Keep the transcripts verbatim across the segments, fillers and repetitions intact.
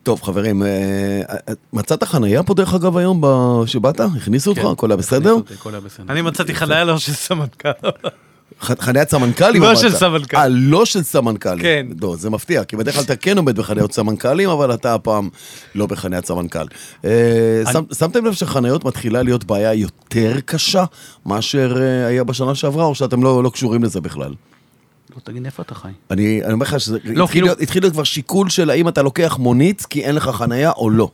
טוב, חברים, מצאת חנייה פה דרך אגב היום שבאת? הכניסו אותך? הכל היה בסדר? אני מצאתי חנייה לא של סמנכ"ל. חניית סמנכ"לים? לא של סמנכ"ל. אה, לא של סמנכ"לים. כן. לא, זה מפתיע, כי בדרך כלל אתה כן עומד בחניות סמנכ"לים, אבל אתה הפעם לא בחניית סמנכ"ל. שמתם לב שחניות מתחילה להיות בעיה יותר קשה, מאשר היה בשנה שעברה, או שאתם לא קשורים לזה בכלל? לא, תגיד, איפה אתה חי? אני אומר לך שזה התחיל להיות כבר שיקול של האם אתה לוקח מונית, כי אין לך חניה או לא.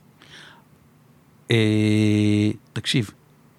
תקשיב.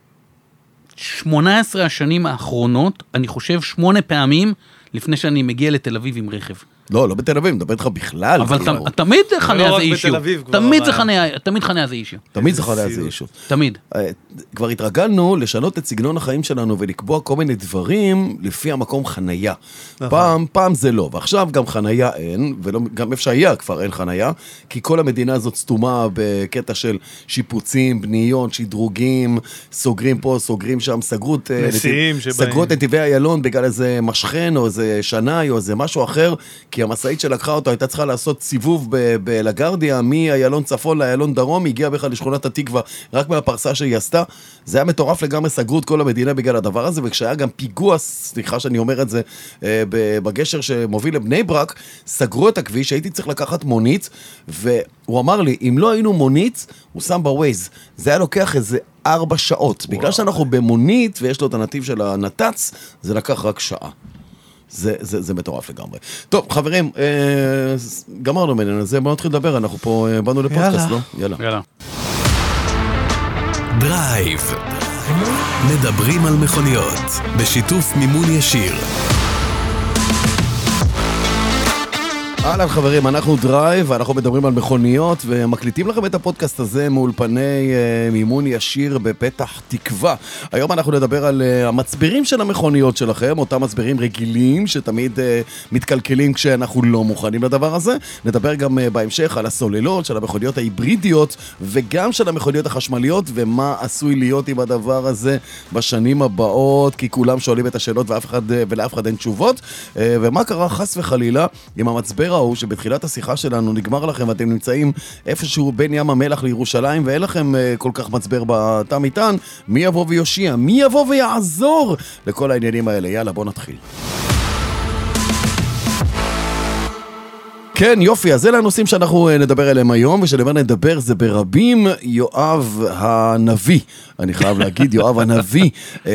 שמונה עשרה השנים האחרונות, אני חושב שמונה פעמים לפני שאני מגיע לתל אביב עם רכב. לא, לא בתל אביב, מדבר איתך בכלל. אבל תמיד חניה זה אישיו. תמיד זה חניה, תמיד חניה זה אישיו. תמיד זה חניה זה אישיו. תמיד. כבר התרגלנו לשנות את סגנון החיים שלנו ולקבוע כל מיני דברים לפי המקום חניה. פעם, פעם זה לא, ועכשיו גם חניה אין, וגם אפשר היה כבר אין חניה, כי כל המדינה הזאת סתומה בקטע של שיפוצים, בניות, שדרוגים, סוגרים פה, סוגרים שם, סגרו את נתיבי איילון בגלל איזה משכן או איזה שנאי או איזה משהו אחר, כי המסעית שלקחה אותו הייתה צריכה לעשות סיבוב בלגרדיה, מאיילון צפון לאיילון דרום, הגיעה בכלל לשכונת התקווה, רק מהפרסה שהיא עשתה. זה היה מטורף לגמרי, סגרו את כל המדינה בגלל הדבר הזה, וכשהיה גם פיגוע, סליחה שאני אומר את זה, בגשר שמוביל לבני ברק, סגרו את הכביש, הייתי צריך לקחת מונית, והוא אמר לי, אם לא היינו מונית, הוא שם בווייז, זה היה לוקח איזה ארבע שעות, בגלל שאנחנו במונית, ויש לו את הנתיב של הנת"צ, זה לקח רק שעה. זה, זה, זה מטורף לגמרי. טוב, חברים, אה, גמרנו ממנו, זה בואו נתחיל לדבר, אנחנו פה אה, באנו לפודקאסט, לא? יאללה. יאללה. דרייב. מדברים על מכוניות, בשיתוף מימון ישיר. אהלן חברים, אנחנו דרייב, ואנחנו מדברים על מכוניות, ומקליטים לכם את הפודקאסט הזה מאולפני uh, מימון ישיר בפתח תקווה. היום אנחנו נדבר על uh, המצברים של המכוניות שלכם, אותם מצברים רגילים שתמיד uh, מתקלקלים כשאנחנו לא מוכנים לדבר הזה. נדבר גם uh, בהמשך על הסוללות, של המכוניות ההיברידיות, וגם של המכוניות החשמליות, ומה עשוי להיות עם הדבר הזה בשנים הבאות, כי כולם שואלים את השאלות ואף אחד, uh, ולאף אחד אין תשובות. Uh, ומה קרה חס וחלילה עם המצבר הוא שבתחילת השיחה שלנו נגמר לכם ואתם נמצאים איפשהו בין ים המלח לירושלים ואין לכם uh, כל כך מצבר בתא מטען, מי יבוא ויושיע? מי יבוא ויעזור לכל העניינים האלה? יאללה, בוא נתחיל. כן, יופי, אז אלה הנושאים שאנחנו נדבר עליהם היום, ושנדבר נדבר זה ברבים, יואב הנביא, אני חייב להגיד, יואב הנביא,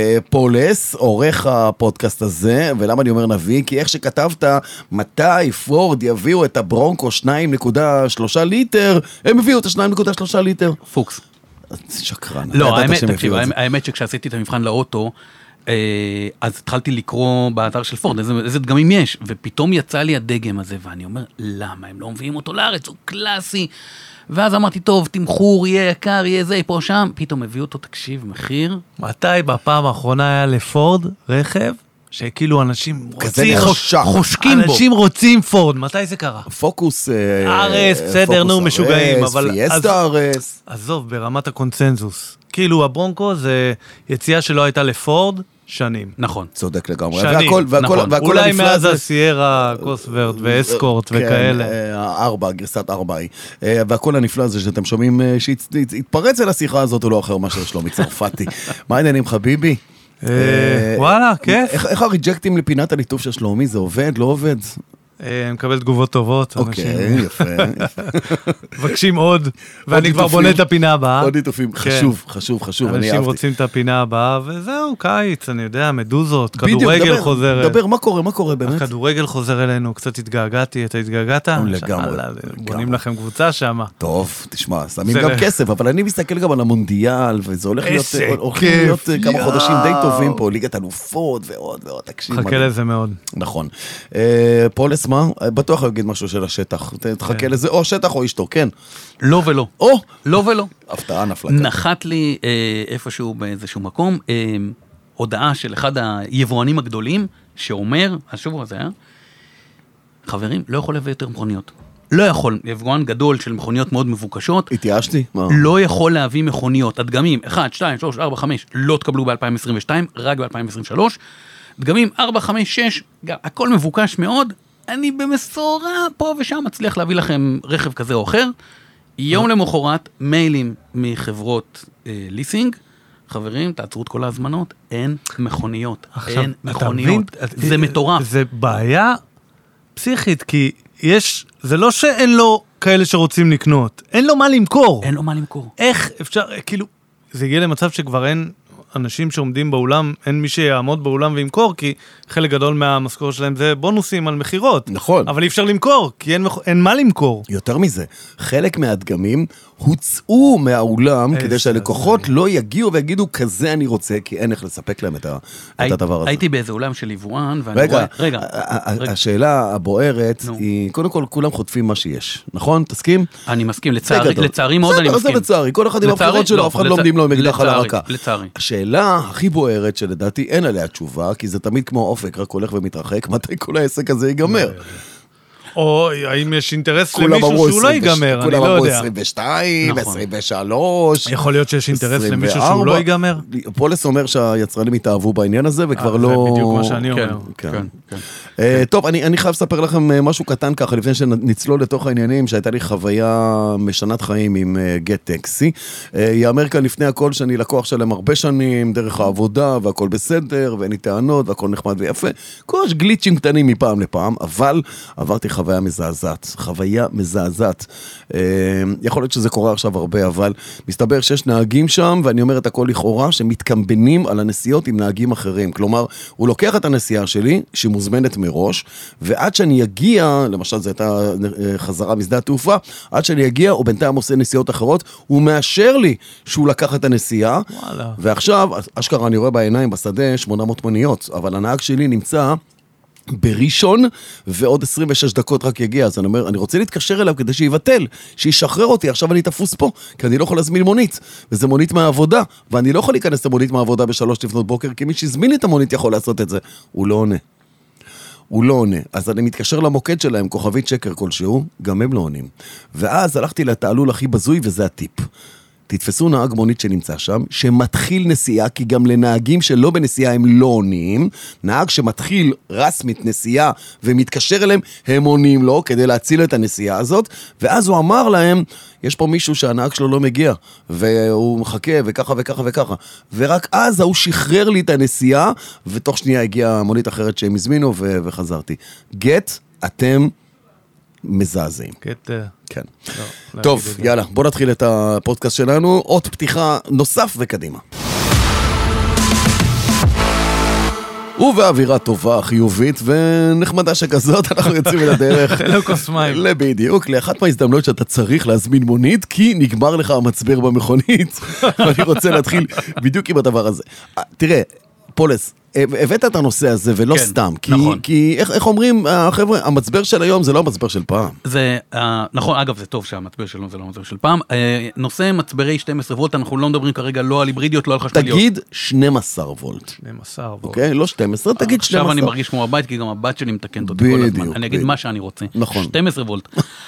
פולס, עורך הפודקאסט הזה, ולמה אני אומר נביא? כי איך שכתבת, מתי פורד יביאו את הברונקו שתיים נקודה שלוש ליטר, הם הביאו את ה-שתיים נקודה שלוש ליטר. פוקס. שקרן. לא, האמת, תקשיב, האמת שכשעשיתי את המבחן לאוטו, אז התחלתי לקרוא באתר של פורד, איזה, איזה דגמים יש, ופתאום יצא לי הדגם הזה, ואני אומר, למה הם לא מביאים אותו לארץ? הוא קלאסי. ואז אמרתי, טוב, תמחור, יהיה יקר, יהיה זה, פה שם, פתאום הביאו אותו, תקשיב, מחיר. מתי בפעם האחרונה היה לפורד רכב, שכאילו אנשים רוצים, חושקים בו. אנשים רוצים פורד, מתי זה קרה? פוקוס, ארס, בסדר, נו, משוגעים, אבל... פייסטה ארס. עזוב, ברמת הקונצנזוס. כאילו הברונקו זה יציאה שלא הייתה לפורד שנים. נכון. צודק לגמרי. שנים, נכון. אולי מאז הסיירה, קוסוורט ואסקורט וכאלה. הארבע, גרסת ארבע היא. והכל הנפלא הזה שאתם שומעים שהתפרץ אל השיחה הזאת, הוא לא אחר מאשר שלומי צרפתי. מה העניינים חביבי? וואלה, כיף. איך הריג'קטים לפינת הליטוף של שלומי? זה עובד? לא עובד? מקבל תגובות טובות. אוקיי, יפה. מבקשים עוד, ואני כבר בונה את הפינה הבאה. עוד ליטופים, חשוב, חשוב, חשוב. אנשים רוצים את הפינה הבאה, וזהו, קיץ, אני יודע, מדוזות, כדורגל חוזר. דבר, מה קורה, מה קורה באמת? הכדורגל חוזר אלינו, קצת התגעגעתי, אתה התגעגעת? לגמרי. בונים לכם קבוצה שם. טוב, תשמע, שמים גם כסף, אבל אני מסתכל גם על המונדיאל, וזה הולך להיות כמה חודשים די טובים פה, ליגת אלופות ועוד ועוד, תקשיב. חכה לזה מאוד. נכון. פולס, מה? בטוח יגיד משהו של השטח. תחכה לזה, או השטח או אשתו, כן. לא ולא. או! לא ולא. הפתעה נפלה. נחת לי איפשהו באיזשהו מקום, הודעה של אחד היבואנים הגדולים, שאומר, השבוע הזה היה, חברים, לא יכול להביא יותר מכוניות. לא יכול, יבואן גדול של מכוניות מאוד מבוקשות. התייאשתי? לא יכול להביא מכוניות. הדגמים, אחת, שתיים, שלוש, ארבע, חמש, לא תקבלו ב-אלפיים עשרים ושתיים, רק ב-אלפיים עשרים ושלוש. דגמים ארבע, חמש, שש, הכל מבוקש מאוד. אני במסורה פה ושם מצליח להביא לכם רכב כזה או אחר. יום למחרת, מיילים מחברות אה, ליסינג, חברים, תעצרו את כל ההזמנות, אין מכוניות, עכשיו, אין אתה מכוניות, מבין? זה מטורף. זה בעיה פסיכית, כי יש, זה לא שאין לו כאלה שרוצים לקנות, אין לו מה למכור. אין לו מה למכור. איך אפשר, כאילו, זה הגיע למצב שכבר אין אנשים שעומדים באולם, אין מי שיעמוד באולם וימכור, כי חלק גדול מהמשכורת שלהם זה בונוסים על מחירות. נכון. אבל אי אפשר למכור, כי אין, אין מה למכור. יותר מזה, חלק מהדגמים הוצאו מהאולם כדי שהלקוחות לא יגיעו ויגידו, כזה אני רוצה, כי אין איך לספק להם את הדבר הזה. הייתי באיזה אולם של יבואן, ואני רגע, רואה... רגע, השאלה הבוערת היא, קודם כל, כולם חוטפים מה שיש, נכון? תסכים? אני מסכים, לצערי מאוד אני מסכים. זה לצערי, כל אחד עם הבחירות שלו, אף אחד לא עומדים לו עם אקדח על הרקה. לצערי. השאלה הכי בוערת שלדעתי אין עליה תשובה, כי זה תמיד כמו אופק, רק הולך ומתרחק, מתי כל העסק הזה ייגמר? או האם יש אינטרס למישהו שהוא לא ייגמר, אני לא יודע. כולם אמרו עשרים ושתיים, עשרים ושלוש. יכול להיות שיש אינטרס למישהו שהוא לא ייגמר? פולס אומר שהיצרנים יתאהבו בעניין הזה, וכבר לא... זה בדיוק מה שאני אומר. כן, כן. טוב, אני חייב לספר לכם משהו קטן ככה, לפני שנצלול לתוך העניינים, שהייתה לי חוויה משנת חיים עם גט טקסי. יאמר כאן לפני הכל שאני לקוח שלהם הרבה שנים, דרך העבודה, והכל בסדר, ואין לי טענות, והכל נחמד ויפה. כל יש גליצ'ים קטנים מפעם לפעם, אבל עברתי חוויה מזעזעת, חוויה מזעזעת. יכול להיות שזה קורה עכשיו הרבה, אבל מסתבר שיש נהגים שם, ואני אומר את הכל לכאורה, שמתקמבנים על הנסיעות עם נהגים אחרים. כלומר, הוא לוקח את הנסיעה שלי, שמוזמנת מראש, ועד שאני אגיע, למשל זו הייתה חזרה משדה התעופה, עד שאני אגיע, הוא בינתיים עושה נסיעות אחרות, הוא מאשר לי שהוא לקח את הנסיעה, וואלה. ועכשיו, אשכרה אני רואה בעיניים בשדה שמונה מאות מוניות, אבל הנהג שלי נמצא בראשון, ועוד עשרים ושש דקות רק יגיע, אז אני אומר, אני רוצה להתקשר אליו כדי שיבטל, שישחרר אותי, עכשיו אני תפוס פה, כי אני לא יכול להזמין מונית, וזה מונית מהעבודה, ואני לא יכול להיכנס למונית מהעבודה בשלוש לפנות בוקר, כי מי שהזמין לי את המונית יכול לעשות את זה, הוא לא עונה. הוא לא עונה. אז אני מתקשר למוקד שלהם, כוכבית שקר כלשהו, גם הם לא עונים. ואז הלכתי לתעלול הכי בזוי, וזה הטיפ. תתפסו נהג מונית שנמצא שם, שמתחיל נסיעה, כי גם לנהגים שלא בנסיעה הם לא עונים, נהג שמתחיל רסמית נסיעה ומתקשר אליהם, הם עונים לו כדי להציל את הנסיעה הזאת, ואז הוא אמר להם, יש פה מישהו שהנהג שלו לא מגיע, והוא מחכה וככה וככה וככה, ורק אז הוא שחרר לי את הנסיעה, ותוך שנייה הגיעה מונית אחרת שהם הזמינו ו- וחזרתי. גט, אתם מזעזעים. גט... כן. לא, טוב, יאללה, בוא נתחיל את הפודקאסט שלנו, עוד פתיחה נוסף וקדימה. ובאווירה טובה, חיובית ונחמדה שכזאת, אנחנו יוצאים לדרך. לא כוס מים. לבדיוק, לאחת מההזדמנות שאתה צריך להזמין מונית, כי נגמר לך המצבר במכונית, ואני רוצה להתחיל בדיוק עם הדבר הזה. תראה, פולס, הבאת את הנושא הזה ולא כן, סתם, כי, נכון. כי איך, איך אומרים, החבר'ה, המצבר של היום זה לא המצבר של פעם. זה, uh, נכון, אגב, זה טוב שהמצבר שלנו זה לא המצבר של פעם. Uh, נושא מצברי שתים עשרה וולט, אנחנו לא מדברים כרגע לא על היברידיות, לא על חשמליות. תגיד שנים עשר וולט. שנים עשר וולט. אוקיי? לא שתים עשרה, תגיד שנים עשר. עכשיו אני מרגיש כמו הבית, כי גם הבת שלי מתקנת אותי כל הזמן. אני אגיד מה שאני רוצה. נכון. שתים עשרה וולט.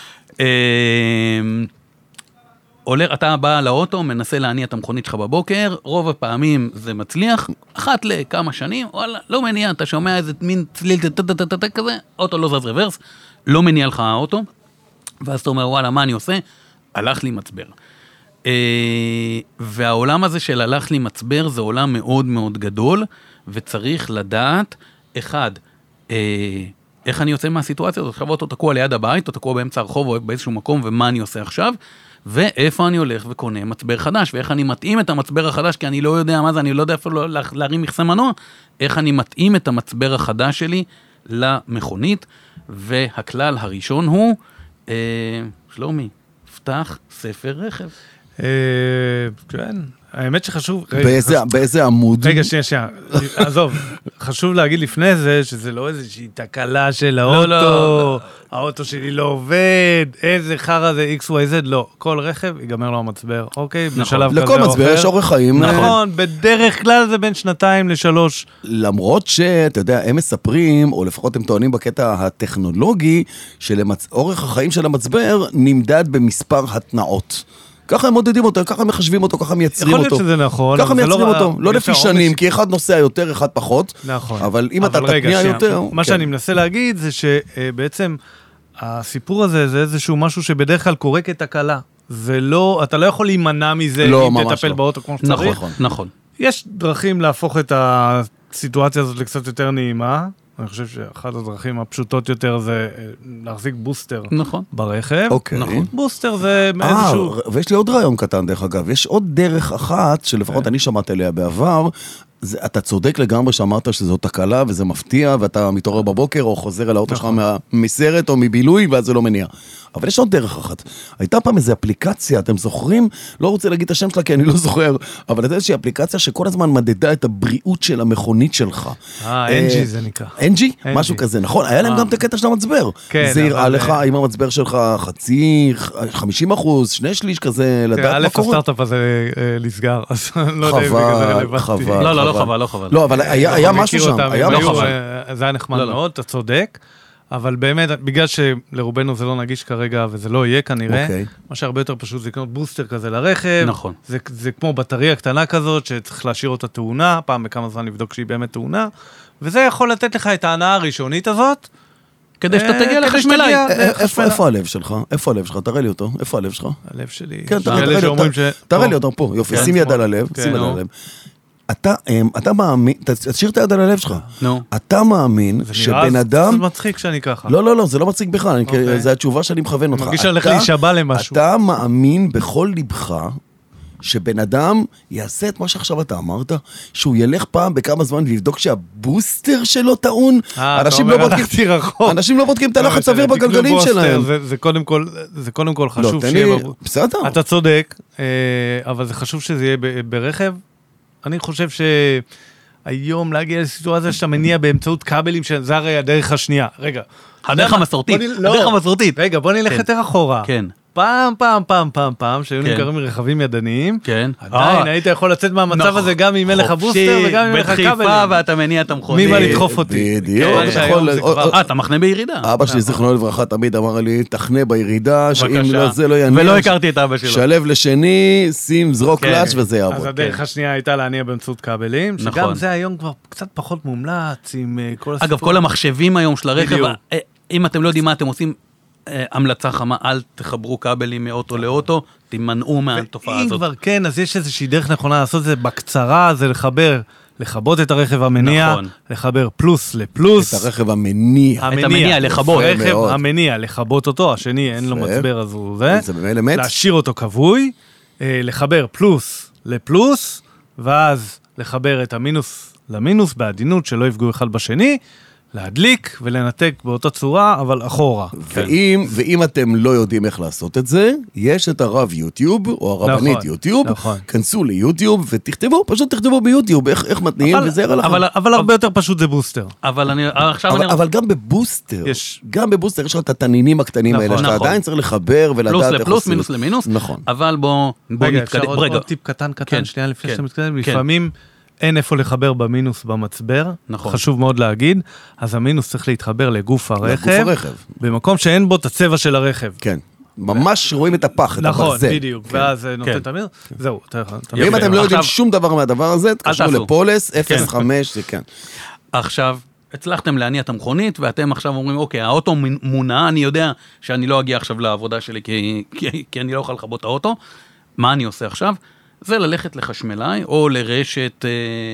עולה, אתה בא לאוטו, מנסה להניע את המכונית שלך בבוקר, רוב הפעמים זה מצליח, אחת לכמה שנים, וואלה, לא מניע, אתה שומע איזה מין צליל כזה, אוטו לא זז רוורס, לא מניע לך האוטו, ואז אתה אומר, וואלה, מה אני עושה? הלך לי מצבר. והעולם הזה של הלך לי מצבר, זה עולם מאוד מאוד גדול, וצריך לדעת, אחד, איך אני יוצא מהסיטואציה הזאת, עכשיו אוטו תקוע ליד הבית, או תקוע באמצע הרחוב, או באיזשהו מקום, ומה אני עושה עכשיו, ואיפה אני הולך וקונה מצבר חדש, ואיך אני מתאים את המצבר החדש, כי אני לא יודע מה זה, אני לא יודע איפה להרים מכסה מנוע, איך אני מתאים את המצבר החדש שלי למכונית, והכלל הראשון הוא, אה, שלומי, פתח ספר רכב. אה, כן, האמת שחשוב... באיזה, באיזה עמוד? רגע, שנייה, שנייה, עזוב, חשוב להגיד לפני זה, שזה לא איזושהי תקלה של האוטו, לא, לא. האוטו שלי לא עובד, איזה חרא זה אקס וואי זד, לא, כל רכב ייגמר לו המצבר, אוקיי? נכון. בשלב כזה או אחר. לכל מצבר יש אורך חיים. נכון, בדרך כלל זה בין שנתיים לשלוש. למרות שאתה יודע, הם מספרים, או לפחות הם טוענים בקטע הטכנולוגי, שאורך החיים של המצבר נמדד במספר התנאות. ככה הם מודדים אותו, ככה הם מחשבים אותו, ככה הם מייצרים אותו. יכול להיות שזה נכון. ככה מייצרים אותו, לא לפי שנים, כי אחד נוסע יותר, אחד פחות. נכון. אבל אם אתה תקניע יותר... מה שאני מנסה להגיד זה שבעצם הסיפור הזה זה איזשהו משהו שבדרך כלל קורה כתקלה. זה לא, אתה לא יכול להימנע מזה, לא, אם ממש תטפל לא. באוטו כמו שצריך. נכון, נכון. יש דרכים להפוך את הסיטואציה הזאת לקצת יותר נעימה. אני חושב שאחת הדרכים הפשוטות יותר זה להחזיק בוסטר נכון. ברכב. אוקיי. נכון. בוסטר זה אה, מאיזשהו... ויש לי עוד רעיון קטן דרך אגב, יש עוד דרך אחת, שלפחות אני שמעתי עליה בעבר, זה, אתה צודק לגמרי שאמרת שזו תקלה וזה מפתיע, ואתה מתעורר בבוקר או חוזר אל האוטו שלך מה, מסרט או מבילוי, ואז זה לא מניע. אבל יש עוד דרך אחת. הייתה פעם איזו אפליקציה, אתם זוכרים? לא רוצה להגיד את השם שלה כי אני לא זוכר, אבל הייתה איזושהי אפליקציה שכל הזמן מדדה את הבריאות של המכונית שלך. אה, אנג'י זה נקרא. אנג'י? משהו כזה, נכון? היה להם גם את הקטע של המצבר. כן, זה יראה אבל- לך, אם המצבר שלך חצי, חמישים אחוז, שני שליש כזה, לדעת א', מה קורה. הסטארט-אפ הזה אה, נסגר, אז אני לא יודע אם זה כזה חבל, רלוונטי. חבל. לא, לא, לא חבל, לא חבל. לא, אבל היה היה אני משהו מכיר שם, אותם, היה הם משהו היו, שם. אה, זה היה נחמד לא, לא. מאוד, אתה צודק, אבל באמת, בגלל שלרובנו זה לא נגיש כרגע, וזה לא יהיה כנראה, אוקיי. מה שהרבה יותר פשוט זה לקנות בוסטר כזה לרכב, נכון. זה, זה כמו בטריה קטנה כזאת, שצריך להשאיר אותה טעונה, פעם בכמה זמן לבדוק שהיא באמת טעונה, וזה יכול לתת לך את ההנאה הראשונית הזאת, כדי שאתה אה, תגיע כדי לחשמלאי. שתגיע- אה, איפה חשמלה. איפה הלב שלך? איפה הלב שלך? תראה לי אותו. איפה הלב שלך? הלב שלי, כן, יש תראה כאלה תראה לי שאומרים אותו. ש- תראה פה. לי אותו פה. יופי, כן, שים יד שמאל. על הלב. כן, שים יד נו. על הלב. אתה, אמ, אתה מאמין, תשאיר את היד על הלב שלך. נו. אתה מאמין זה נראה שבן אדם... זה מצחיק שאני ככה. לא, לא, לא, זה לא מציג בכלל, אני- אוקיי. זה התשובה שאני מכוון אותך. מרגיש שאני הולך אתה- להישבע למשהו. אתה מאמין בכל ליבך שבן אדם יעשה את מה שעכשיו אתה אמרת, שהוא ילך פעם בכמה זמן ויבדוק שהבוסטר שלו טעון? אה, אתה אנשים אומר, לא בודקים- הלכתי רחוק. אנשים לא בודקים את הלחץ לא, אוויר תקנו בגלגלים בוסטר, שלהם. זה- זה קודם כל, זה קודם כל לא, חשוב תן שיהיה... לי... בב- בסדר. אתה צודק, אה, אבל זה חשוב שזה יהיה ב- ברכב. אני חושב שהיום להגיע לסיטואציה שאתה מניע באמצעות כבלים, שזה הרי הדרך השנייה. רגע. הדרך למה? המסורתית, בוא נ- לא. הדרך המסורתית. רגע, בוא נלך כן. יותר אחורה. כן. פעם, פעם, פעם, פעם, פעם, שהיו כן. נמכרים רכבים ידניים, כן. עדיין אה, היית יכול לצאת מהמצב נכון. הזה גם אם אין לך בוסטר וגם אם אין לך בדחיפה כבלים. ואתה מניע את המכונית. מי בא לדחוף אותי? בדיוק. כן, אתה שהיום יכול- זה או- כבר- או- אה, אתה מחנה בירידה. אבא שלי, זיכרונו לברכה, תמיד אמר לי, תחנה בירידה, שאם בבקשה. לא זה לא יניע. ולא הכרתי את אבא שלו. שלב לשני, שים, זרוק כן. קלאץ' וזה אז יעבוד. הדרך השנייה הייתה להניע באמצעות כבלים, שגם נכון. זה היום כבר קצת פחות מומלץ עם אה, כל הסיפור. אגב, כל המחשבים היום של הרכב, בדיוק. אה, אם אתם לא יודעים מה אתם עושים, אה, המלצה חמה, אל תחברו כבלים מאוטו לאוטו, תימנעו מהתופעה אם הזאת. כבר כן, אז יש איזושהי דרך נכונה לעשות את זה בקצרה, זה לחבר, לכבות את הרכב המניע, נכון. לחבר פלוס לפלוס. את הרכב המניע. את המניע, לכבות. רכב מאוד. המניע, לכבות אותו, השני אין לו יפה. מצבר אז הוא זה. זה באמת אמת. להשאיר אותו כבוי, אה, לחבר פלוס לפלוס, ואז לחבר את המינוס למינוס בעדינות שלא יפגעו אחד בשני, להדליק ולנתק באותה צורה, אבל אחורה. ואם, ואם אתם לא יודעים איך לעשות את זה, יש את הרב יוטיוב, או הרבנית נכון, יוטיוב, נכון. כנסו ליוטיוב ותכתבו, פשוט תכתבו ביוטיוב איך, איך מתניעים, אבל- וזה יראה לכם. אבל- אבל הרבה יותר פשוט זה בוסטר. אבל אני, עכשיו אבל, אני... אבל גם בבוסטר, יש- גם בבוסטר יש לך את התנינים הקטנים נכון, האלה, שאתה נכון. עדיין צריך לחבר ולדעת פלוס איך לפלוס, עושים. מינוס למינוס. נכון. אבל בוא, בוא רגע, אפשר נתקדם. עוד רגע, עוד טיפ קטן קטן, כן, שנייה לפני כן, שאתה מתקדם, כן. לפעמים אין איפה לחבר במינוס במצבר, נכון. חשוב מאוד להגיד, אז המינוס צריך להתחבר לגוף הרכב, הרכב. במקום שאין בו את הצבע של הרכב. כן. ממש רואים את הפח, את נכון, הברזל. בדיוק, ואז זה נותן כן. את המינוס, זהו, אתה יכול... אתה ואם מבין. אתם לא יודעים עכשיו- שום דבר מהדבר הזה, תקשרו תעשו. לפולס, אפס חמש, זה כן. עכשיו, הצלחתם להניע את המכונית, ואתם עכשיו אומרים, אוקיי, האוטו מונע, אני יודע שאני לא אגיע עכשיו לעבודה שלי, כי, כי, כי אני לא אוכל לכבות את האוטו. מה אני עושה עכשיו? זה ללכת לחשמלאי, או לרשת... אה,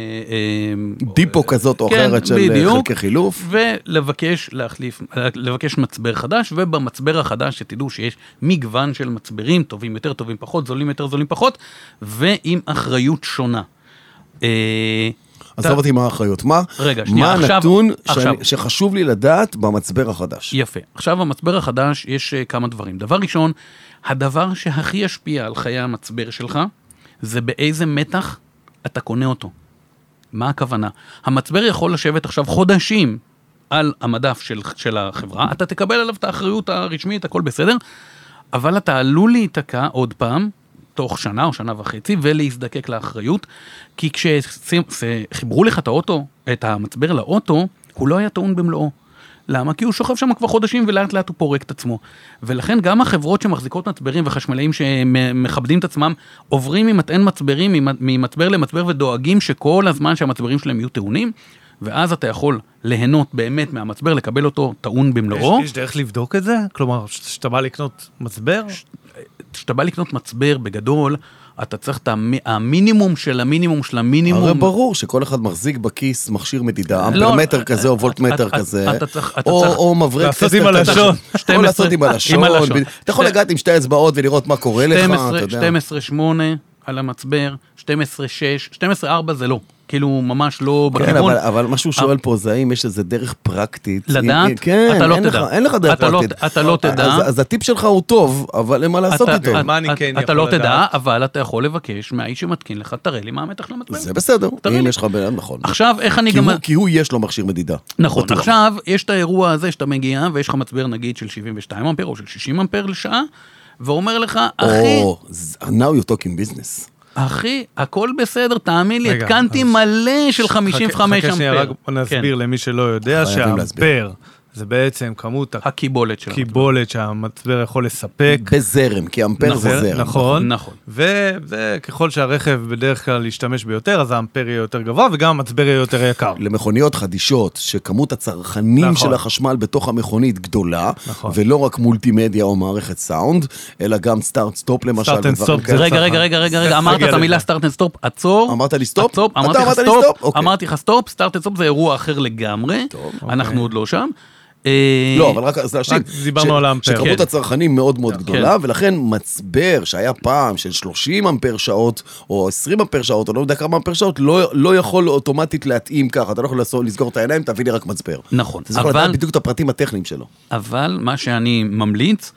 אה, דיפו כזאת או כן, אחרת של בדיוק. חלקי חילוף. ולבקש להחליף, לבקש מצבר חדש, ובמצבר החדש שתדעו שיש מגוון של מצברים, טובים יותר, טובים פחות, זולים יותר, זולים פחות, ועם אחריות שונה. אה, עזוב אותי מה האחריות. מה רגע, שנייה, מה עכשיו- הנתון עכשיו. שאני- שחשוב לי לדעת במצבר החדש? יפה. עכשיו, המצבר החדש, יש uh, כמה דברים. דבר ראשון, הדבר שהכי ישפיע על חיי המצבר שלך, זה באיזה מתח אתה קונה אותו. מה הכוונה? המצבר יכול לשבת עכשיו חודשים על המדף של, של החברה, אתה תקבל עליו את האחריות הרשמית, הכל בסדר, אבל אתה עלול להיתקע עוד פעם, תוך שנה או שנה וחצי, ולהזדקק לאחריות, כי כשחיברו לך את האוטו, את המצבר לאוטו, הוא לא היה טעון במלואו. למה? כי הוא שוכב שם כבר חודשים ולאט לאט הוא פורק את עצמו. ולכן גם החברות שמחזיקות מצברים וחשמלאים שמכבדים את עצמם, עוברים ממטען מצברים, ממצבר למצבר ודואגים שכל הזמן שהמצברים שלהם יהיו טעונים, ואז אתה יכול ליהנות באמת מהמצבר, לקבל אותו טעון במלואו. יש, יש דרך לבדוק את זה? כלומר, שאתה בא לקנות מצבר? כשאתה בא לקנות מצבר בגדול, אתה צריך את המינימום של המינימום של המינימום. הרי ברור שכל אחד מחזיק בכיס מכשיר מדידה, אמפר מטר כזה או וולט מטר כזה, או מברק לעשות עם הלשון. או לעשות עם הלשון. אתה יכול לגעת עם שתי אצבעות ולראות מה קורה לך, אתה יודע. שתים עשרה שמונה על המצבר, שתים עשרה שש, שתים עשרה ארבע זה לא. כאילו ממש לא בכיוון. כן, אבל מה שהוא שואל פה זה האם יש איזה דרך פרקטית. לדעת? כן, אתה לא תדע. אין לך דרך פרקטית. אתה לא תדע. אז הטיפ שלך הוא טוב, אבל אין מה לעשות איתו. מה אני כן יכול לדעת? אתה לא תדע, אבל אתה יכול לבקש מהאיש שמתקין לך, תראה לי מה המתח של המצבר. זה בסדר, אם יש לך בן, נכון. עכשיו, איך אני גם... כי הוא יש לו מכשיר מדידה. נכון, עכשיו יש את האירוע הזה שאתה מגיע, ויש לך מצבר נגיד של שבעים ושתיים אמפר או של שישים אמפר לשעה, ואומר לך, אחי... now you're talking business. אחי, הכל בסדר, תאמין לי, התקנתי מלא של חמישים וחמש אמפר. חכה שנייה, רק נסביר למי שלא יודע, שהאמפר זה בעצם כמות הקיבולת של הקיבולת שהמצבר יכול לספק. בזרם, כי אמפר זה זרם. נכון, נכון. וככל שהרכב בדרך כלל ישתמש ביותר, אז האמפר יהיה יותר גבוה, וגם המצבר יהיה יותר יקר. למכוניות חדישות, שכמות הצרכנים של החשמל בתוך המכונית גדולה, ולא רק מולטימדיה או מערכת סאונד, אלא גם סטארט סטופ למשל. רגע, רגע, רגע, רגע, אמרת את המילה סטארט סטופ, עצור. אמרת לי סטופ? אמרתי לך סטופ, סטארט סטופ זה אירוע אחר לגמרי, אנחנו עוד לא שם. לא, אבל רק אז להשיב, דיברנו על האמפר. שכמות הצרכנים מאוד מאוד גדולה, ולכן מצבר שהיה פעם של שלושים אמפר שעות, או עשרים אמפר שעות, או לא יודע כמה אמפר שעות, לא יכול אוטומטית להתאים ככה, אתה לא יכול לסגור את העיניים, תביא לי רק מצבר. נכון. אתה יכול לדעת בדיוק את הפרטים הטכניים שלו. אבל מה שאני ממליץ,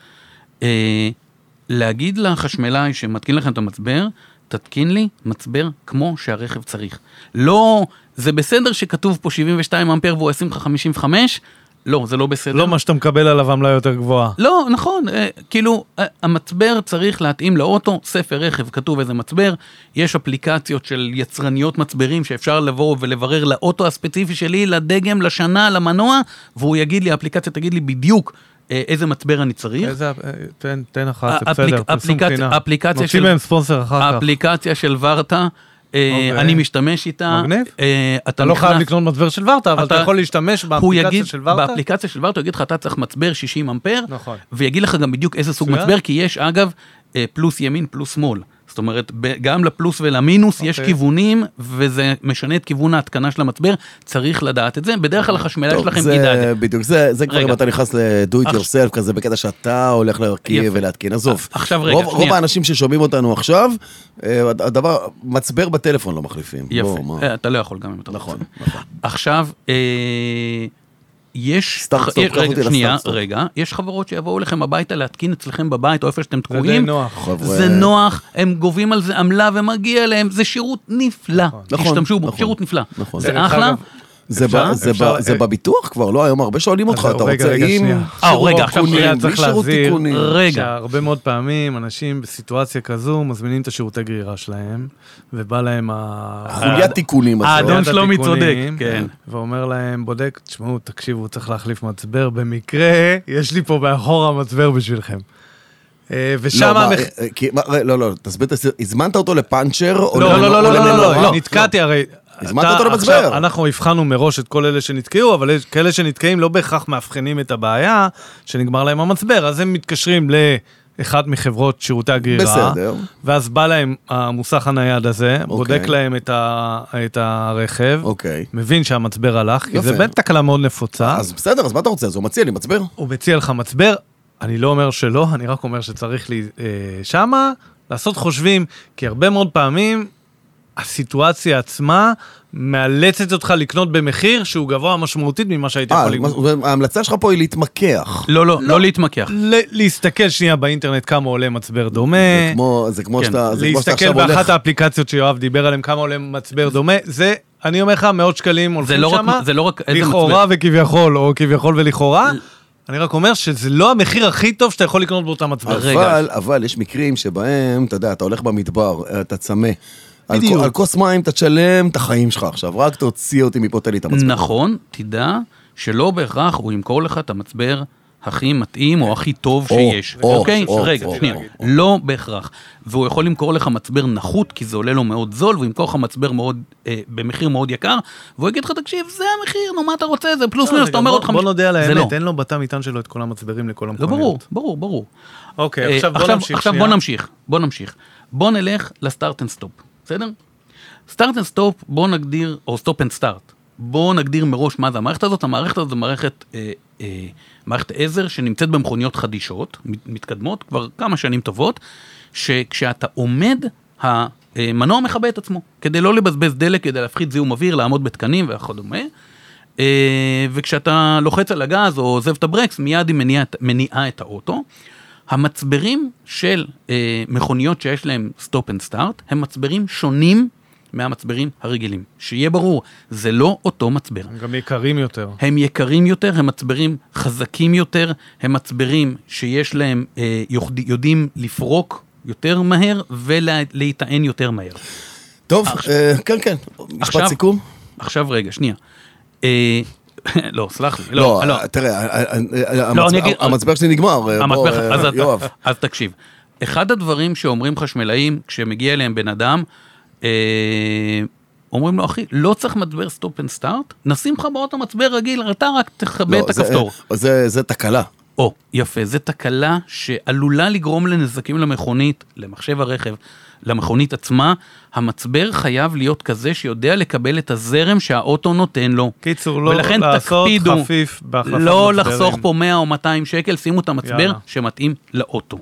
להגיד לחשמלאי שמתקין לכם את המצבר, תתקין לי מצבר כמו שהרכב צריך. לא, זה בסדר שכתוב פה שבעים ושתיים אמפר והוא עשרים חמישים וחמש, לא, זה לא בסדר. לא מה שאתה מקבל עליו עמלה יותר גבוהה. לא, נכון, כאילו, המצבר צריך להתאים לאוטו, ספר רכב, כתוב איזה מצבר, יש אפליקציות של יצרניות מצברים שאפשר לבוא ולברר לאוטו הספציפי שלי, לדגם, לשנה, למנוע, והוא יגיד לי, האפליקציה תגיד לי בדיוק איזה מצבר אני צריך. איזה, תן, תן אחת, זה בסדר, פרסום פינה. נוציא מהם ספונסר אחר כך. האפליקציה של ורטה, אני משתמש איתה. מגניב. אתה לא חייב לקנות מצבר של ורטה, אבל אתה יכול להשתמש באפליקציה של ורטה. באפליקציה של ורטה הוא יגיד לך, אתה צריך מצבר שישים אמפר, ויגיד לך גם בדיוק איזה סוג מצבר, כי יש אגב פלוס ימין פלוס שמאל. זאת אומרת, גם לפלוס ולמינוס יש כיוונים, וזה משנה את כיוון ההתקנה של המצבר, צריך לדעת את זה. בדרך כלל החשמלאי שלכם ידע את זה. בדיוק, זה כבר אם אתה נכנס ל-do it yourself כזה, בקטע שאתה הולך להרכיב ולהתקין. עזוב. רוב האנשים ששומעים אותנו עכשיו, הדבר, מצבר בטלפון לא מחליפים. יפה, אתה לא יכול גם אם אתה נכון. עכשיו, יש, שנייה, רגע, יש חברות שיבואו לכם הביתה להתקין אצלכם בבית או איפה שאתם תקועים, זה נוח, הם גובים על זה עמלה ומגיע להם, זה שירות נפלא, תשתמשו בו, שירות נפלא, זה אחלה. זה בביטוח כבר, לא? היום הרבה שואלים אותך, אתה רוצה עם רגע, עכשיו צריך להזהיר שהרבה מאוד פעמים אנשים בסיטואציה כזו מזמינים את השירותי גרירה שלהם, ובא להם חוליית תיקונים, האדון שלומי צודק, ואומר להם, בודק, תשמעו, תקשיבו, צריך להחליף מצבר, במקרה יש לי פה באחורה מצבר בשבילכם. ושם... לא, לא, תסביר, הזמנת אותו לפאנצ'ר? לא, לא, לא, לא, לא, נתקעתי הרי... הזמנת אותו למצבר. אנחנו הבחנו מראש את כל אלה שנתקעו, אבל כאלה שנתקעים לא בהכרח מאבחנים את הבעיה שנגמר להם המצבר, אז הם מתקשרים לאחד מחברות שירותי הגרירה, בסדר. ואז בא להם המוסך הנייד הזה, בודק להם את הרכב, מבין שהמצבר הלך, כי זה באמת תקלה מאוד נפוצה. אז בסדר, אז מה אתה רוצה? אז הוא מציע לי מצבר? הוא מציע לך מצבר, אני לא אומר שלא, אני רק אומר שצריך לי שמה לעשות חושבים, כי הרבה מאוד פעמים הסיטואציה עצמה מאלצת אותך לקנות במחיר שהוא גבוה משמעותית ממה שהייתי יכול לקנות. ההמלצה שלך פה היא להתמקח. לא, לא, לא להתמקח. להסתכל שנייה באינטרנט כמה עולה מצבר דומה. זה כמו שאתה... להסתכל באחת האפליקציות שיואב דיבר עליהם כמה עולה מצבר דומה. זה, אני אומר לך, מאות שקלים הולכים שמה. זה לא רק איזה מצבר. לכאורה וכביכול, או כביכול ולכאורה. אני רק אומר שזה לא המחיר הכי טוב שאתה יכול לקנות באותה מצבר. אבל, אבל יש מקרים שבהם, אתה יודע, אתה הולך במדבר, אתה צמא. על, על כוס מים אתה תשלם את החיים שלך עכשיו, רק תוציא אותי מפה, תן לי את המצבר. נכון, תדע שלא בהכרח הוא ימכור לך את המצבר הכי מתאים או הכי טוב או, שיש, או, אוקיי? או, רגע, או, שנייה, או. לא בהכרח. והוא יכול למכור לך מצבר נחות, כי זה עולה לו מאוד זול, והוא ימכור לך מצבר מאוד, אה, במחיר מאוד יקר, והוא יגיד לך, תקשיב, זה המחיר, נו, מה אתה רוצה? זה פלוס מינוס, אתה אומר עוד חמישה. בוא נודה על זה לא. האמת, אין לו בתא מטען שלו את כל המצברים לכל לא, המכוניות. ברור, ברור, ברור. אוקיי, אה, עכשיו בוא עכשיו- נמשיך עכשיו שנייה. בוא נמשיך, בוא נמשיך. בוא נלך לסטארט אנד סטופ, בסדר? סטארט אנד סטופ, בוא נגדיר, או סטופ אנד סטארט, בוא נגדיר מראש מה זה המערכת הזאת. המערכת הזאת זה מערכת, אה, אה, מערכת עזר שנמצאת במכוניות חדישות, מתקדמות, כבר כמה שנים טובות, שכשאתה עומד, המנוע מכבה את עצמו, כדי לא לבזבז דלק, כדי להפחית זיהום אוויר, לעמוד בתקנים וכדומה, אה, וכשאתה לוחץ על הגז או עוזב את הברקס, מיד היא מניעה, מניעה את האוטו. המצברים של אה, מכוניות שיש להם סטופ אנד סטארט, הם מצברים שונים מהמצברים הרגילים. שיהיה ברור, זה לא אותו מצבר. הם גם יקרים יותר. הם הם יקרים יותר, הם מצברים חזקים יותר, הם מצברים שיש להם, אה, יודע, יודעים לפרוק יותר מהר ולהיטען יותר מהר. טוב, עכשיו- אה, כן, כן, משפט עכשיו- סיכום. עכשיו רגע, שנייה. אה, לא, סלח לי. לא, לא, תראה, לא, אני אגיד- המצבר שלי נגמר, בוא, המצבר, אה, אז, אתה- יואב. אז תקשיב, אחד הדברים שאומרים חשמלאים, כשמגיע אליהם בן אדם, אה, אומרים לו, אחי, לא צריך מצבר סטופ אנד סטארט, נשים לך באוטו מצבר רגיל, אתה רק תכבה לא, את זה- הכפתור. זה זה תקלה. או, יפה, זה תקלה שעלולה לגרום לנזקים למכונית, למחשב הרכב, למכונית עצמה. המצבר חייב להיות כזה שיודע לקבל את הזרם שהאוטו נותן לו. קיצור, לא ולכן לעשות תקפידו, חפיף בהחלפת לא מצברים. לחסוך פה מאה או מאתיים שקל, שימו את המצבר יאללה. שמתאים לאוטו.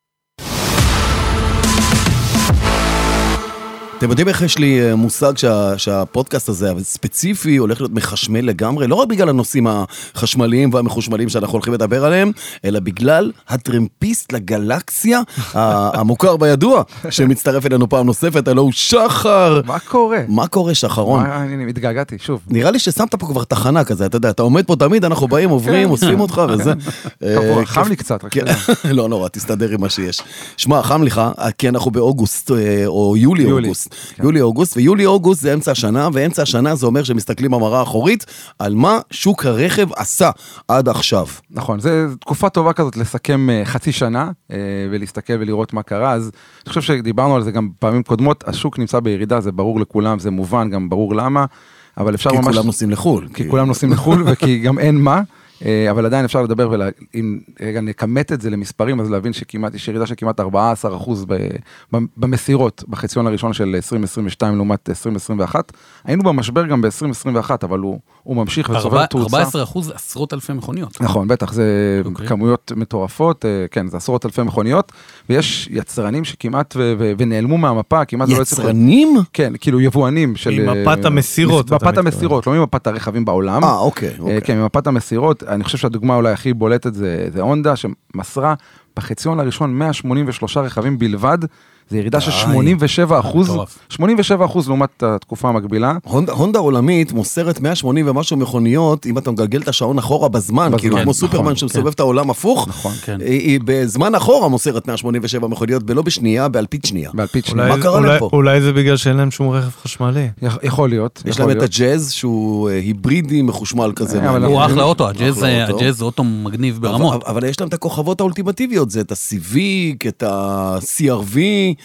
אתם יודעים איך יש לי אה, מושג שה, שהפודקאסט הזה הספציפי הולך להיות מחשמל לגמרי, לא רק בגלל הנושאים החשמליים והמחושמלים שאנחנו הולכים לדבר עליהם, אלא בגלל הטרמפיסט לגלקסיה ה- המוכר בידוע, שמצטרף אלינו פעם נוספת, הלוא הוא שחר. מה קורה? מה קורה, שחרון? מה, אני התגעגעתי, שוב. נראה לי ששמת פה כבר תחנה כזה, אתה יודע, אתה עומד פה תמיד, אנחנו באים, עוברים, אוספים אותך וזה. קבוע, אה, חם כיף. לי קצת, רק כן, שנייה. לא נורא, תסתדר עם מה שיש. שמע, חם לך, כי אנחנו באוגוסט, אה, או יולי-אוגוסט. כן. יולי-אוגוסט, ויולי-אוגוסט זה אמצע השנה, ואמצע השנה זה אומר שמסתכלים במראה האחורית, על מה שוק הרכב עשה עד עכשיו. נכון, זו תקופה טובה כזאת לסכם אה, חצי שנה, אה, ולהסתכל ולראות מה קרה, אז אני חושב שדיברנו על זה גם פעמים קודמות, השוק נמצא בירידה, זה ברור לכולם, זה מובן, גם ברור למה, אבל אפשר כי ממש... כולם נוסעים לחול. כי כולם נוסעים לחול, וכי גם אין מה, אה, אבל עדיין אפשר לדבר, ואם רגע נכמת את זה למספרים, אז להבין שכמעט, יש ירידה של כמעט ארבעה עשר אחוז ב- ב- במסירות, בחציון הראשון של עשרים עשרים ושתיים לעומת עשרים עשרים ואחת. היינו במשבר גם ב-עשרים עשרים ואחת, אבל הוא, הוא ממשיך וצובר תאוצה. ארבעה עשר אחוז עשרות אלפי מכוניות. נכון, בטח, זה אוקיי. כמויות מטורפות, אה, כן, זה עשרות אלפי מכוניות, ויש יצרנים שכמעט ו- ו- ונעלמו מהמפה, כמעט לא הצליחו- יצרנים? כן, כאילו יבואנים של... ממפת אה, המסירות, מס- אתה מפת מתכוון. המסירות, לא ממפת הרכבים בעולם. אה, אוקיי, אה, אוקיי. כן, ממפת המסירות, אני חושב שהדוגמה אולי הכי בולטת זה, זה הונדה, שמסרה בחציון הראשון מאה שמונים ושלושה רכבים בלבד, זה ירידה של די. שמונים ושבע אחוז, מטורף. שמונים ושבע אחוז לעומת התקופה המקבילה. הונדה, הונדה עולמית מוסרת מאה שמונים ומשהו מכוניות, אם אתה מגלגל את השעון אחורה בזמן, בזמן, כאילו כמו נכון, סופרמן שמסובב כן. את העולם הפוך, נכון, כן. היא, היא בזמן אחורה מוסרת מאה שמונים ושבע מכוניות, ולא בשנייה, באלפית שנייה. באלפית אולי- שנייה. מה קרה אולי- להם פה? אולי זה בגלל שאין להם שום רכב חשמלי. יכ- יכול להיות. יש יכול להם את להיות. הג'אז, שהוא אה, היברידי מחושמל כזה. אה, אבל מעניין. הוא אחלה אוטו, הג'אז אחלה אוטו. הג'אז זה אוטו מגניב ברמות. אבל, אבל יש להם את הכוכבות האולטימטיביות, זה את ה-סיביק, את ה-סי אר וי.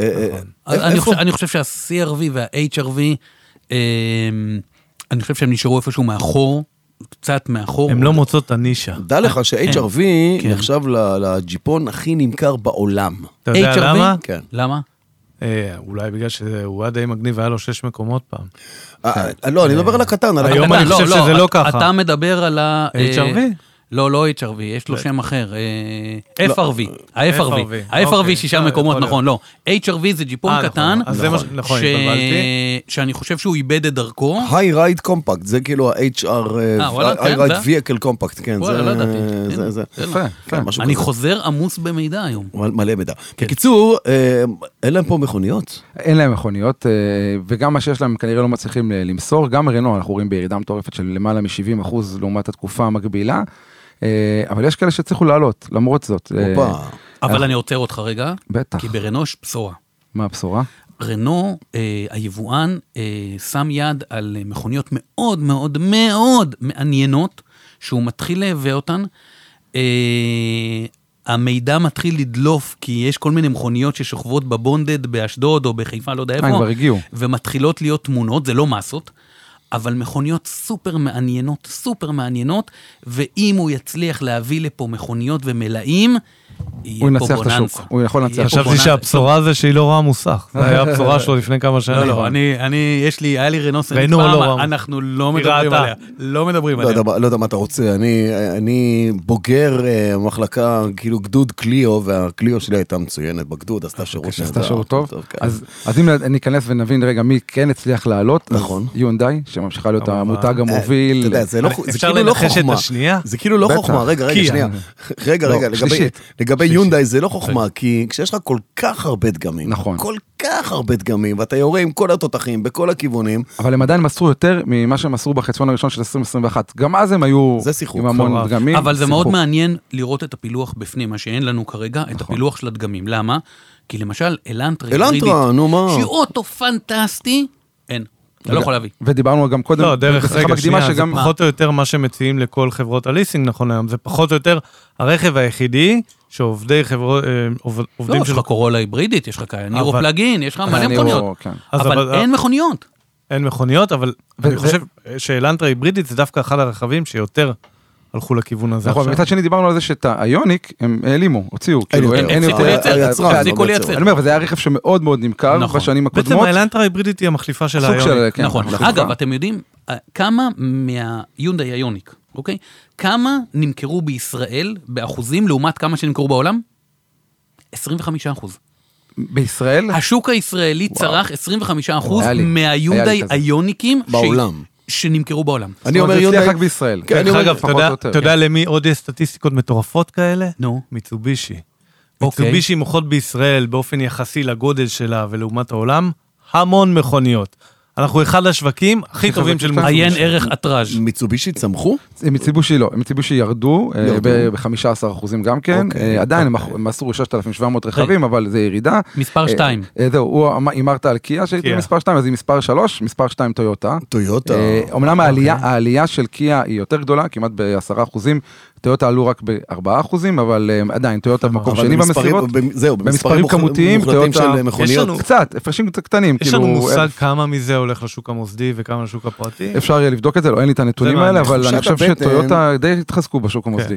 אז אני חושב- אני חושב שה-סי אר וי וה-אייץ' אר וי, אה, אני חושב שהם נשארו איפשהו מאחור, קצת מאחור. הם לא מוצאות את הנישה. דע לך ש-אייץ' אר וי כן. נחשב ל- לג'יפון הכי נמכר בעולם. אתה יודע אייץ' אר וי? למה? כן. למה? אה, אולי בגלל שהוא היה די מגניב, היה לו שש מקומות פעם. אה, אה, לא, אני מדבר על הקטן, על היום הקטן. אני חושב שזה לא ככה. אתה מדבר על ה... אייץ' אר וי? אה, לא, לא אייץ' אר וי, יש לו שם אחר. אה, אף אר וי. ה-אף אר וי. אוקיי, ה-אף אר וי שישה יכול מקומות, להיות. נכון, לא. אייץ' אר וי זה ג'יפון אה, נכון. קטן, אז זה מה ש- נכון, ש- התבלבלתי. שאני חושב שהוא איבד את דרכו. היי רייד קומפקט, זה כאילו ה-אייץ' אר, אה, וואלה, היי כן, רייד זה? ויקל קומפקט, כן, וואלה, זה- לא ידעתי. זה- כן, זה- זה לא. יפה, כן, יפה. משהו אני כזה. חוזר עמוס במידע היום. מלא מידע. בקיצור, אה, אין להם פה מכוניות. אין להם מכוניות, אה, וגם מה שיש להם כנראה לא מצליחים ל- למסור, גם רנו, אנחנו רואים בירידה מטורפת של למעלה מ-שבעים אחוז לעומת התקופה המקבילה, אה, אבל יש כאלה שצריכו לעלות, למרות זאת. אה, הופה. אבל אני עוצר אותך רגע, בטח. כי ברנו יש בשורה. מה הבשורה? רנו, אה, היבואן, אה, שם יד על מכוניות מאוד מאוד מאוד מעניינות, שהוא מתחיל להביא אותן, המידע מתחיל לדלוף, כי יש כל מיני מכוניות ששוכבות בבונדד, באשדוד או בחיפה, לא יודע איפה. כבר הגיעו. ומתחילות להיות תמונות, זה לא מסות, אבל מכוניות סופר מעניינות, סופר מעניינות, ואם הוא יצליח להביא לפה מכוניות ומלאים, הוא ינצח את השוק, הוא יכול לנצח. חשבתי שהבשורה זה שהיא לא רואה מוסך, זה היה הבשורה שלו לפני כמה שנים. לא, לא, אני, אני, יש לי, היה לי רנוס, אנחנו לא מדברים עליה, לא מדברים עליה. לא יודע מה אתה רוצה, אני בוגר מחלקה, כאילו גדוד קליו, והקליו שלי הייתה מצוינת בגדוד, עשתה שירות. עשתה שירות טוב? אז אם ניכנס ונבין רגע מי כן הצליח לעלות, נכון. יונדאי, שממשיכה להיות המותג המוביל. אפשר לנחש את השנייה? זה כאילו לא חוכמה, רגע, רגע, שנייה. רגע, רגע, לגבי יונדאי זה לא חוכמה, כי כשיש לך כל כך הרבה דגמים, נכון. כל כך הרבה דגמים, ואתה יורה עם כל התותחים, בכל הכיוונים. אבל הם עדיין מסרו יותר ממה שהם מסרו בחציון הראשון של עשרים עשרים ואחת. גם אז הם היו עם המון דגמים. אבל זה מאוד מעניין לראות את הפילוח בפנים, מה שאין לנו כרגע, את הפילוח של הדגמים. למה? כי למשל, אלנטרה, אלנטרה, נו מה? שהיא אוטו פנטסטי, אין. אתה לא יכול להביא. ודיברנו גם קודם, לא, דרך רגע שנייה, זה פחות או יותר מה שמציעים לכל חברות הליסינג נכון היום, זה פחות או יותר הרכב היחידי שעובדי חברות, עובדים לא, יש לך קורולה היברידית, יש לך נירו פלאגין, יש לך מלא מכוניות, אבל אין מכוניות. אין מכוניות, אבל אני חושב שאלנטרה היברידית זה דווקא אחד הרכבים שיותר הלכו לכיוון הזה. נכון, מצד שני דיברנו על זה שאת היוניק הם העלימו, הוציאו. הפסיקו לייצר, הפסיקו לייצר. אני אומר, וזה היה רכב שמאוד מאוד נמכר בשנים הקודמות. בעצם האלנטרה ההיברידית היא המחליפה של היוניק. נכון. אגב, אתם יודעים, כמה מהיונדאי היוניק, אוקיי? כמה נמכרו בישראל באחוזים לעומת כמה שנמכרו בעולם? עשרים וחמישה אחוז. בישראל? השוק הישראלי צרך עשרים וחמישה אחוז מהיונדאי היוניקים בעולם. שנמכרו בעולם. אני אומר יונדאי רק בישראל. אגב, אתה יודע למי עוד יש סטטיסטיקות מטורפות כאלה? נו. מיצובישי. מיצובישי מוכרות בישראל באופן יחסי לגודל שלה ולעומת העולם, המון מכוניות. אנחנו אחד השווקים הכי טובים של מיצובישי. עיין ערך אטראז'. מיצובישי צמחו? מיצובישי לא, מיצובישי ירדו ב-חמישה עשר אחוזים גם כן, עדיין הם עשו ששת אלפים שבע מאות רכבים, אבל זה ירידה. מספר שתיים. זהו, הוא אמרת על קיה שהייתי מספר שתיים, אז היא מספר שלוש, מספר שתיים טויוטה. טויוטה. אמנם העלייה של קיה היא יותר גדולה, כמעט ב-עשרה אחוזים, טויוטה עלו רק ב-ארבעה אחוזים, אבל עדיין, טויוטה במקום שני במסירות. זהו, במספרים כמותיים, טויוטה מכוניות. קצת, הפרשים קטנים. יש לנו מושג כמה מזה הולך לשוק המוסדי וכמה לשוק הפרטי? אפשר יהיה לבדוק את זה, לא, אין לי את הנתונים האלה, אבל אני חושב שטויוטה די התחזקו בשוק המוסדי.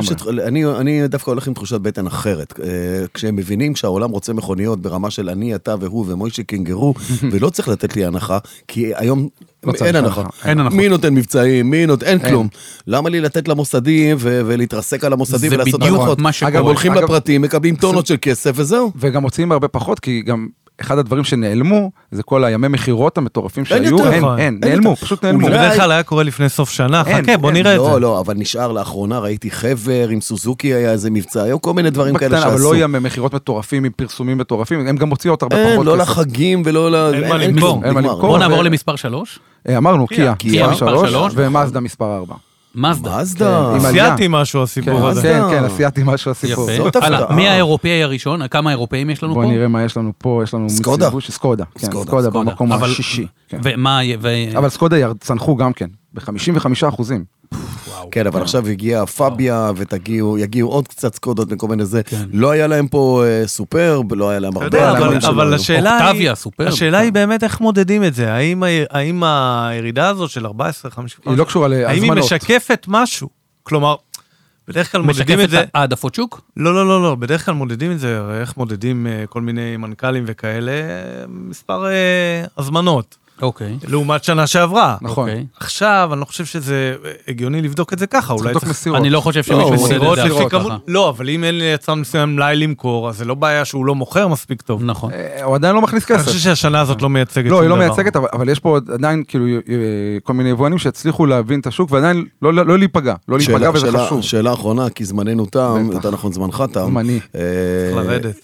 אני דווקא הולך עם תחושת בטן אחרת. כשהם מבינים שהעולם רוצה מכוניות ברמה של אני, אתה והוא ומוישי קינגרו, ולא צריך לתת לי הנחה, כי היום אין הנחה. מי נותן מבצעים, מי נותן, אין כלום. למה לי לתת למוסדים ולהתרסק על המוסדים ולעשות הנחות? אגב, הולכים לפרטים, מקבלים טונות של כסף וזהו. וגם מוציאים הרבה פחות, כי גם אחד הדברים שנעלמו, זה כל הימי מחירות המטורפים שהיו, אין, אין, נעלמו, פשוט נעלמו. בדרך כלל היה קורה לפני סוף שנה, חכה, בוא נראה את זה. לא, לא, אבל נשאר לאחרונה, ראיתי חבר, עם סוזוקי היה איזה מבצע, היו כל מיני דברים כאלה שעשו. אבל לא ימי מחירות מטורפים, עם פרסומים מטורפים, הם גם מוציאות הרבה פחות כסף. לא לחגים ולא ל... אין מה למכור. בוא נעבור למספר שלוש. אמרנו, קיה, קיה מספר שלוש, ומאזדה מספר ארבע. מזדה. אסייתי משהו הסיפור הזה. כן, כן, אסייתי משהו הסיפור. מי האירופאי הראשון? כמה אירופאים יש לנו פה? בוא נראה מה יש לנו פה, יש לנו... סקודה. סקודה, כן, סקודה במקום השישי. ומה... אבל סקודה צנחו גם כן, ב-חמישים וחמישה אחוזים. כן, אבל עכשיו הגיעה פאביה, ויגיעו עוד קצת סקודות מכל מיני זה. לא היה להם פה סופרב, לא היה להם הרבה. אבל השאלה היא באמת איך מודדים את זה. האם הירידה הזאת של ארבע עשרה חמישים... היא לא קשורה להזמנות. האם היא משקפת משהו? כלומר, בדרך כלל מודדים את זה... משקפת העדפות שוק? לא, לא, לא, לא. בדרך כלל מודדים את זה, איך מודדים כל מיני מנכ"לים וכאלה, מספר הזמנות. אוקיי. לעומת שנה שעברה. נכון. עכשיו, אני לא חושב שזה הגיוני לבדוק את זה ככה. צריך לבדוק מסירות. אני לא חושב שמישהו מודד את זה אחר ככה. לא, אבל אם אין ליצרן מסוים מלאי למכור, אז זה לא בעיה שהוא לא מוכר מספיק טוב. נכון. הוא עדיין לא מכניס כסף. אני חושב שהשנה הזאת לא מייצגת. לא, היא לא מייצגת, אבל יש פה עדיין כאילו כל מיני יבואנים שהצליחו להבין את השוק, ועדיין לא להיפגע. לא להיפגע וזה חשוב. שאלה אחרונה, כי זמננו תם, יותר נכון זמנך תם. צריך לרדת.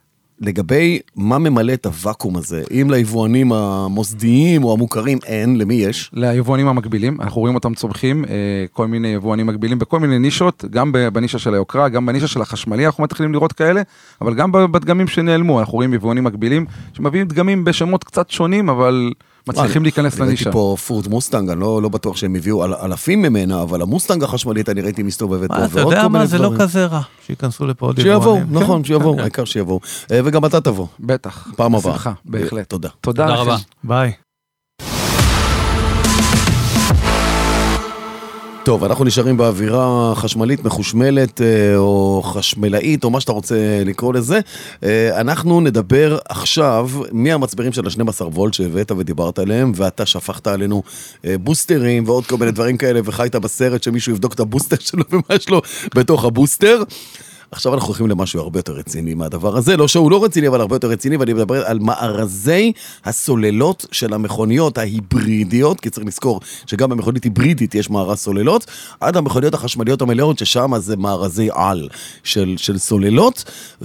לגבי מה ממלא את הוואקום הזה, אם ליבואנים המוסדיים או המוכרים אין, למי יש? ליבואנים המקבילים, אנחנו רואים אותם צומחים, כל מיני יבואנים מקבילים בכל מיני נישות, גם בנישה של היוקרה, גם בנישה של החשמלי, אנחנו מתחילים לראות כאלה, אבל גם בדגמים שנעלמו, אנחנו רואים יבואנים מקבילים, שמביאים דגמים בשמות קצת שונים, אבל מצליחים להיכנס לנישה. ראיתי פה פורד מוסטנג, אני לא בטוח שהם הביאו אלפים ממנה, אבל המוסטנג החשמלית אני ראיתי מסתובבת פה, אתה יודע מה, זה לא כזה רע, שיכנסו לפה עוד יבואנים. שיבואו, נכון, שיבואו, העיקר שיבואו. וגם אתה תבוא. בטח. פעם הבאה. שמחה, בהחלט. תודה. תודה רבה. ביי. טוב, אנחנו נשארים באווירה חשמלית, מחושמלת, או חשמלאית, או מה שאתה רוצה לקרוא לזה. אנחנו נדבר עכשיו מהמצברים של ה-שנים עשר וולט שהבאת ודיברת עליהם, ואתה שפכת עלינו בוסטרים ועוד כל מיני דברים כאלה, וחיית בסרט שמישהו יבדוק את הבוסטר שלו ומה יש לו בתוך הבוסטר. עכשיו אנחנו הולכים למשהו הרבה יותר רציני מהדבר הזה, לא שהוא לא רציני, אבל הרבה יותר רציני, ואני מדבר על מארזי הסוללות של המכוניות ההיברידיות, כי צריך לזכור שגם במכונית היברידית יש מארז סוללות, עד המכוניות החשמליות המלאות, ששם זה מארזי על של, של סוללות,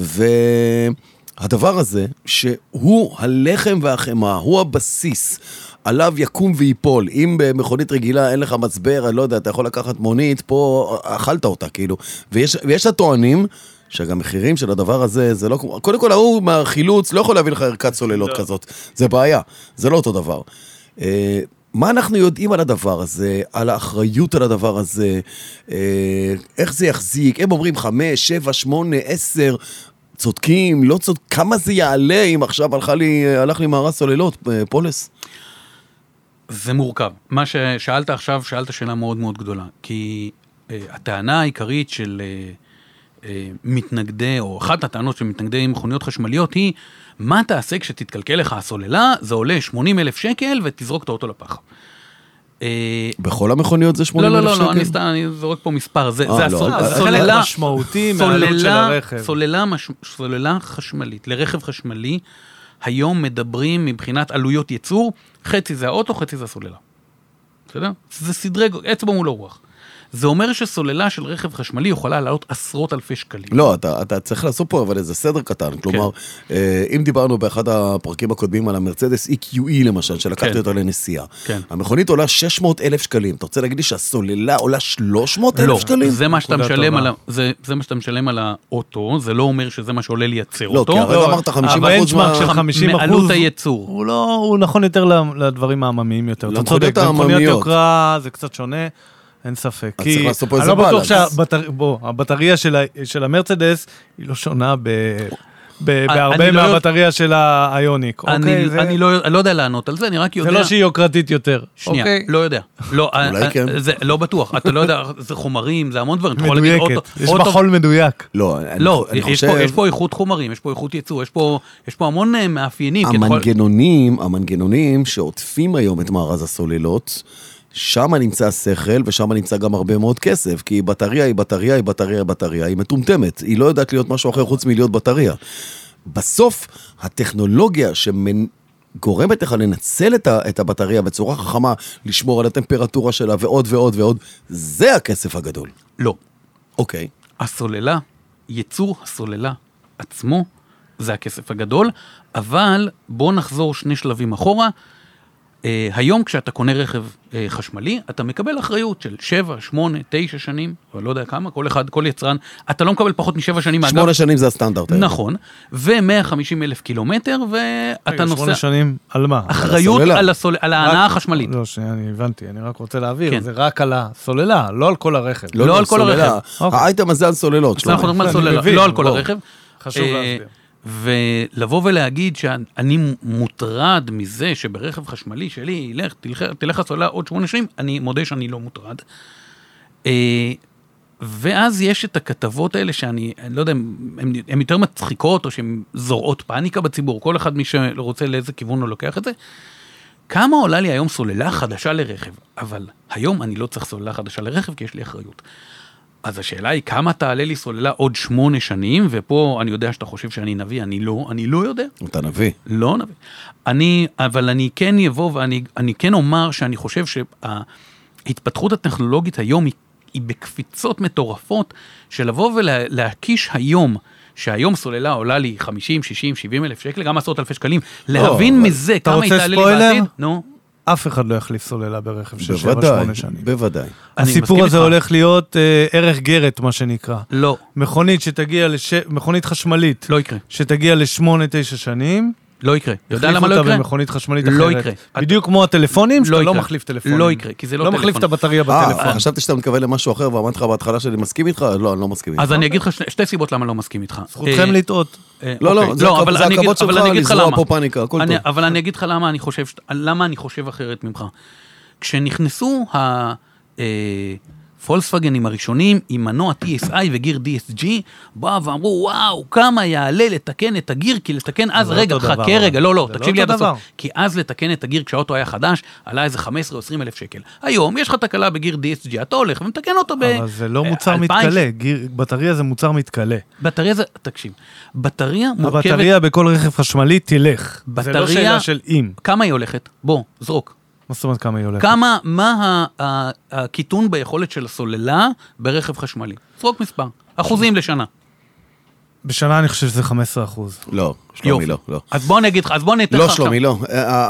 והדבר הזה, שהוא הלחם והחמה, הוא הבסיס, עליו יקום ויפול. אם במכונית רגילה אין לך מצבר, אני לא יודע, אתה יכול לקחת מונית, פה אכלת אותה, כאילו. ויש, ויש הטוענים, שגם מחירים של הדבר הזה, זה לא כמו... קודם כל, הוא מהחילוץ, לא יכול להביא לך ערכת סוללות לא. כזאת. זה בעיה. זה לא אותו דבר. מה אנחנו יודעים על הדבר הזה, על האחריות על הדבר הזה, איך זה יחזיק? הם אומרים חמש, שבע, שמונה, עשר... צודקים, לא צודקים, כמה זה יעלה אם עכשיו הלכה לי, הלך לי מארז סוללות, פולס? זה מורכב. מה ששאלת עכשיו, שאלת שאלה מאוד מאוד גדולה. כי uh, הטענה העיקרית של uh, uh, מתנגדי, או אחת הטענות של מתנגדי מכוניות חשמליות היא, מה תעשה כשתתקלקל לך הסוללה, זה עולה שמונים אלף שקל ותזרוק את האוטו לפח. בכל המכוניות זה שמונים אלף שקל? לא, לא, לא, אני סתם, אני זורק פה מספר. זה חלק משמעותי מהעלות של הרכב. סוללה חשמלית, לרכב חשמלי, היום מדברים מבחינת עלויות ייצור, חצי זה האוטו, חצי זה הסוללה. בסדר? זה סדרי, אצבע מול הרוח. זה אומר שסוללה של רכב חשמלי יכולה לעלות עשרות אלפי שקלים. לא, אתה, אתה צריך לעשות פה אבל איזה סדר קטן. כלומר, כן. אם דיברנו באחד הפרקים הקודמים על המרצדס אי קיו אי למשל, שלקחתי כן. אותה לנסיעה. כן. המכונית עולה שש מאות אלף שקלים. אתה רוצה להגיד לי שהסוללה עולה שלוש מאות אלף לא, שקלים? זה מה שאתה משלם על, זה, זה מה שאתה משלם על האוטו, זה לא אומר שזה מה שעולה לייצר לא, אותו. לא, כי הרי אמרת חמישים אחוז מה... מעלות הייצור. הוא לא, הוא נכון יותר לדברים העממיים יותר. אתה צודק, במכוניות יוקרה זה קצת שונה. אין ספק. כי אני לא בטוח שהבטריה של המרצדס היא לא שונה בהרבה מהבטריה של האיוניק. אני לא יודע לענות על זה, אני רק יודע... זה לא שהיא יוקרתית יותר. שנייה, לא יודע. אולי כן. לא בטוח, אתה לא יודע, זה חומרים, זה המון דברים. מדויקת, יש בחול מדויק. לא, יש פה איכות חומרים, יש פה איכות ייצור, יש פה המון מאפיינים. המנגנונים, המנגנונים שעוטפים היום את מארז הסוללות, שם נמצא השכל, ושם נמצא גם הרבה מאוד כסף, כי בטריה היא בטריה, היא בטריה, היא בטריה, היא מטומטמת, היא לא יודעת להיות משהו אחר חוץ מלהיות בטריה. בסוף, הטכנולוגיה שגורמת לך לנצל את הבטריה בצורה חכמה, לשמור על הטמפרטורה שלה, ועוד ועוד ועוד, זה הכסף הגדול. לא. אוקיי. הסוללה, יצור הסוללה עצמו, זה הכסף הגדול, אבל בוא נחזור שני שלבים אחורה, Uh, היום כשאתה קונה רכב uh, חשמלי, אתה מקבל אחריות של שבע, שמונה, תשע שנים, או לא יודע כמה, כל אחד, כל יצרן, אתה לא מקבל פחות משבע שנים. שמונה אגב, שנים זה הסטנדרט. נכון, ו-מאה וחמישים אלף קילומטר, ואתה נוסע... שמונה שנים על מה? אחריות על, הסול... על ההנאה החשמלית. לא, שנייה, אני הבנתי, אני רק רוצה להעביר, כן. זה רק על הסוללה, לא על כל הרכב. לא, לא על כל הרכב. האייטם הזה על סוללות. אנחנו מדברים על סוללה, לא על כל הרכב. חשוב להסביר. ולבוא ולהגיד שאני מוטרד מזה שברכב חשמלי שלי ילך, תלך, תלך הסוללה עוד שמונה שנים, אני מודה שאני לא מוטרד. ואז יש את הכתבות האלה שאני, אני לא יודע, הן יותר מצחיקות או שהן זורעות פאניקה בציבור, כל אחד מי שרוצה לאיזה כיוון הוא לוקח את זה. כמה עולה לי היום סוללה חדשה לרכב? אבל היום אני לא צריך סוללה חדשה לרכב כי יש לי אחריות. אז השאלה היא, כמה תעלה לי סוללה עוד שמונה שנים, ופה אני יודע שאתה חושב שאני נביא, אני לא, אני לא יודע. אתה נביא. לא נביא. אני, אבל אני כן יבוא, ואני אני כן אומר שאני חושב שההתפתחות הטכנולוגית היום היא, היא בקפיצות מטורפות, של לבוא ולהקיש היום, שהיום סוללה עולה לי חמישים, שישים, שבעים אלף שקל, גם עשרות אלפי שקלים, להבין מזה כמה היא תעלה לי בעתיד. נו. אף אחד לא יחליף סוללה ברכב של שבע שמונה שנים. בוודאי. הסיפור הזה הולך להיות ערך גרת, מה שנקרא. לא. מכונית שתגיע, מכונית חשמלית. לא יקרה. שתגיע לשמונה, תשע שנים, לא יקרה. יודע למה לא יקרה? במכונית חשמלית לא אחרת. יקרה. בדיוק כמו הטלפונים, שאתה לא מחליף טלפונים. לא יקרה, כי זה לא טלפון. לא מחליף את הבטריה אה, בטלפון. חשבתי שאתה מתכוון למשהו אחר, ואמרתי לך בהתחלה שאני מסכים איתך, לא, אני לא מסכים איתך. אז אני אגיד לך שתי סיבות למה לא מסכים איתך. זכותכם לטעות. לא, לא, זה הכבוד שלך לזרוע פה פאניקה, הכל טוב. אבל אני אגיד לך למה אני חושב, למה אני חושב אחרת ממך. כשנכנסו הפולקסווגנים הראשונים עם מנוע טי אס איי וגיר די אס ג'י, באו ואמרו, וואו, כמה יעלה לתקן את הגיר, כי לתקן אז, רגע, חכה רגע, לא, לא, תקשיב לי עד הסוף. כי אז לתקן את הגיר כשהאוטו היה חדש, עלה איזה חמש עשרה או עשרים אלף שקל. היום יש לך תקלה בגיר די אס ג'י, אתה הולך ומתקן אותו ב... אבל זה לא מוצר מתקלה, בטריה זה מוצר מתקלה. בטריה זה, תקשיב, בטריה מורכבת... הבטריה בכל רכב חשמלי תלך. זה לא שאלה של אם. כמה היא הולכת? בוא, זרוק. מה זאת אומרת כמה היא הולכת? כמה, מה הקיטון ביכולת של הסוללה ברכב חשמלי? זרוק מספר. אחוזים לשנה. בשנה אני חושב שזה חמישה עשר אחוז. לא, שלומי לא, לא. אז בוא נגיד לך, אז בוא ניתן לך עכשיו. לא, שלומי, לא.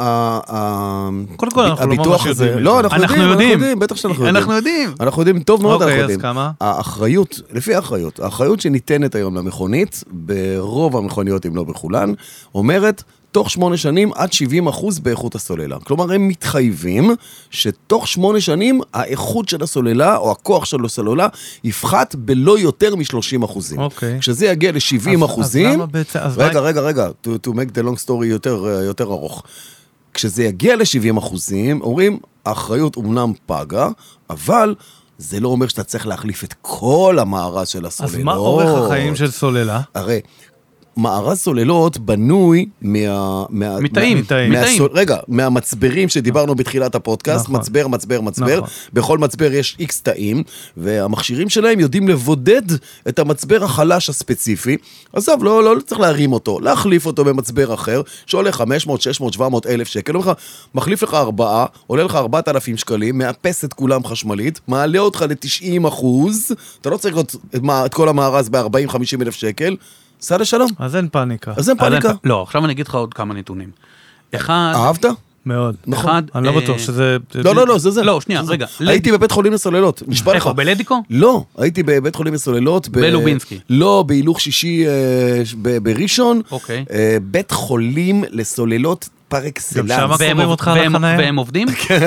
קודם כל, אנחנו לא ממש יודעים. לא, אנחנו יודעים, בטח שאנחנו יודעים. אנחנו יודעים. אנחנו יודעים טוב מאוד, אנחנו יודעים. אוקיי, אז כמה? האחריות, לפי האחריות, האחריות שניתנת היום למכונית, ברוב המכוניות, אם לא בכולן, אומרת, תוך שמונה שנים עד שבעים אחוז באיכות הסוללה. כלומר, הם מתחייבים שתוך שמונה שנים האיכות של הסוללה או הכוח של הסוללה יפחת בלא יותר מ-שלושים אחוזים. אוקיי. כשזה יגיע ל-שבעים אחוזים... אז למה בעצם... רגע, רגע, רגע, to, to make the long story יותר, יותר ארוך. כשזה יגיע ל-שבעים אחוזים, אומרים, האחריות אומנם פגה, אבל... זה לא אומר שאתה צריך להחליף את כל המארז של הסוללות. אז מה אורך החיים של סוללה? הרי... מארז סוללות בנוי מה... מתאים, מתאים. רגע, מהמצברים שדיברנו בתחילת הפודקאסט, מצבר, מצבר, מצבר. בכל מצבר יש איקס תאים, והמכשירים שלהם יודעים לבודד את המצבר החלש הספציפי. עזוב, לא, לא צריך להרים אותו, להחליף אותו במצבר אחר, שעולה חמש מאות, שש מאות, שבע מאות אלף שקל. מחליף לך ארבעה, עולה לך ארבעת אלפים שקלים, מאפס את כולם חשמלית, מעלה אותך ל-תשעים אחוז, אתה לא צריך את כל המארז ב-ארבעים חמישים אלף שקל, סע לשלום. אז אין פאניקה. אז אין פאניקה. לא, עכשיו אני אגיד לך עוד כמה נתונים. אחד... אהבת? מאוד. אחד... אני לא בטוח שזה... לא, לא, לא, זה זה. לא, שנייה, רגע. הייתי בבית חולים לסוללות, נשבע לך. איפה, בלדיקו? לא, הייתי בבית חולים לסוללות. בלובינסקי. לא, בהילוך שישי בראשון. אוקיי. בית חולים לסוללות פר אקסלנס. גם שמה קוראים אותך על החניה? והם עובדים?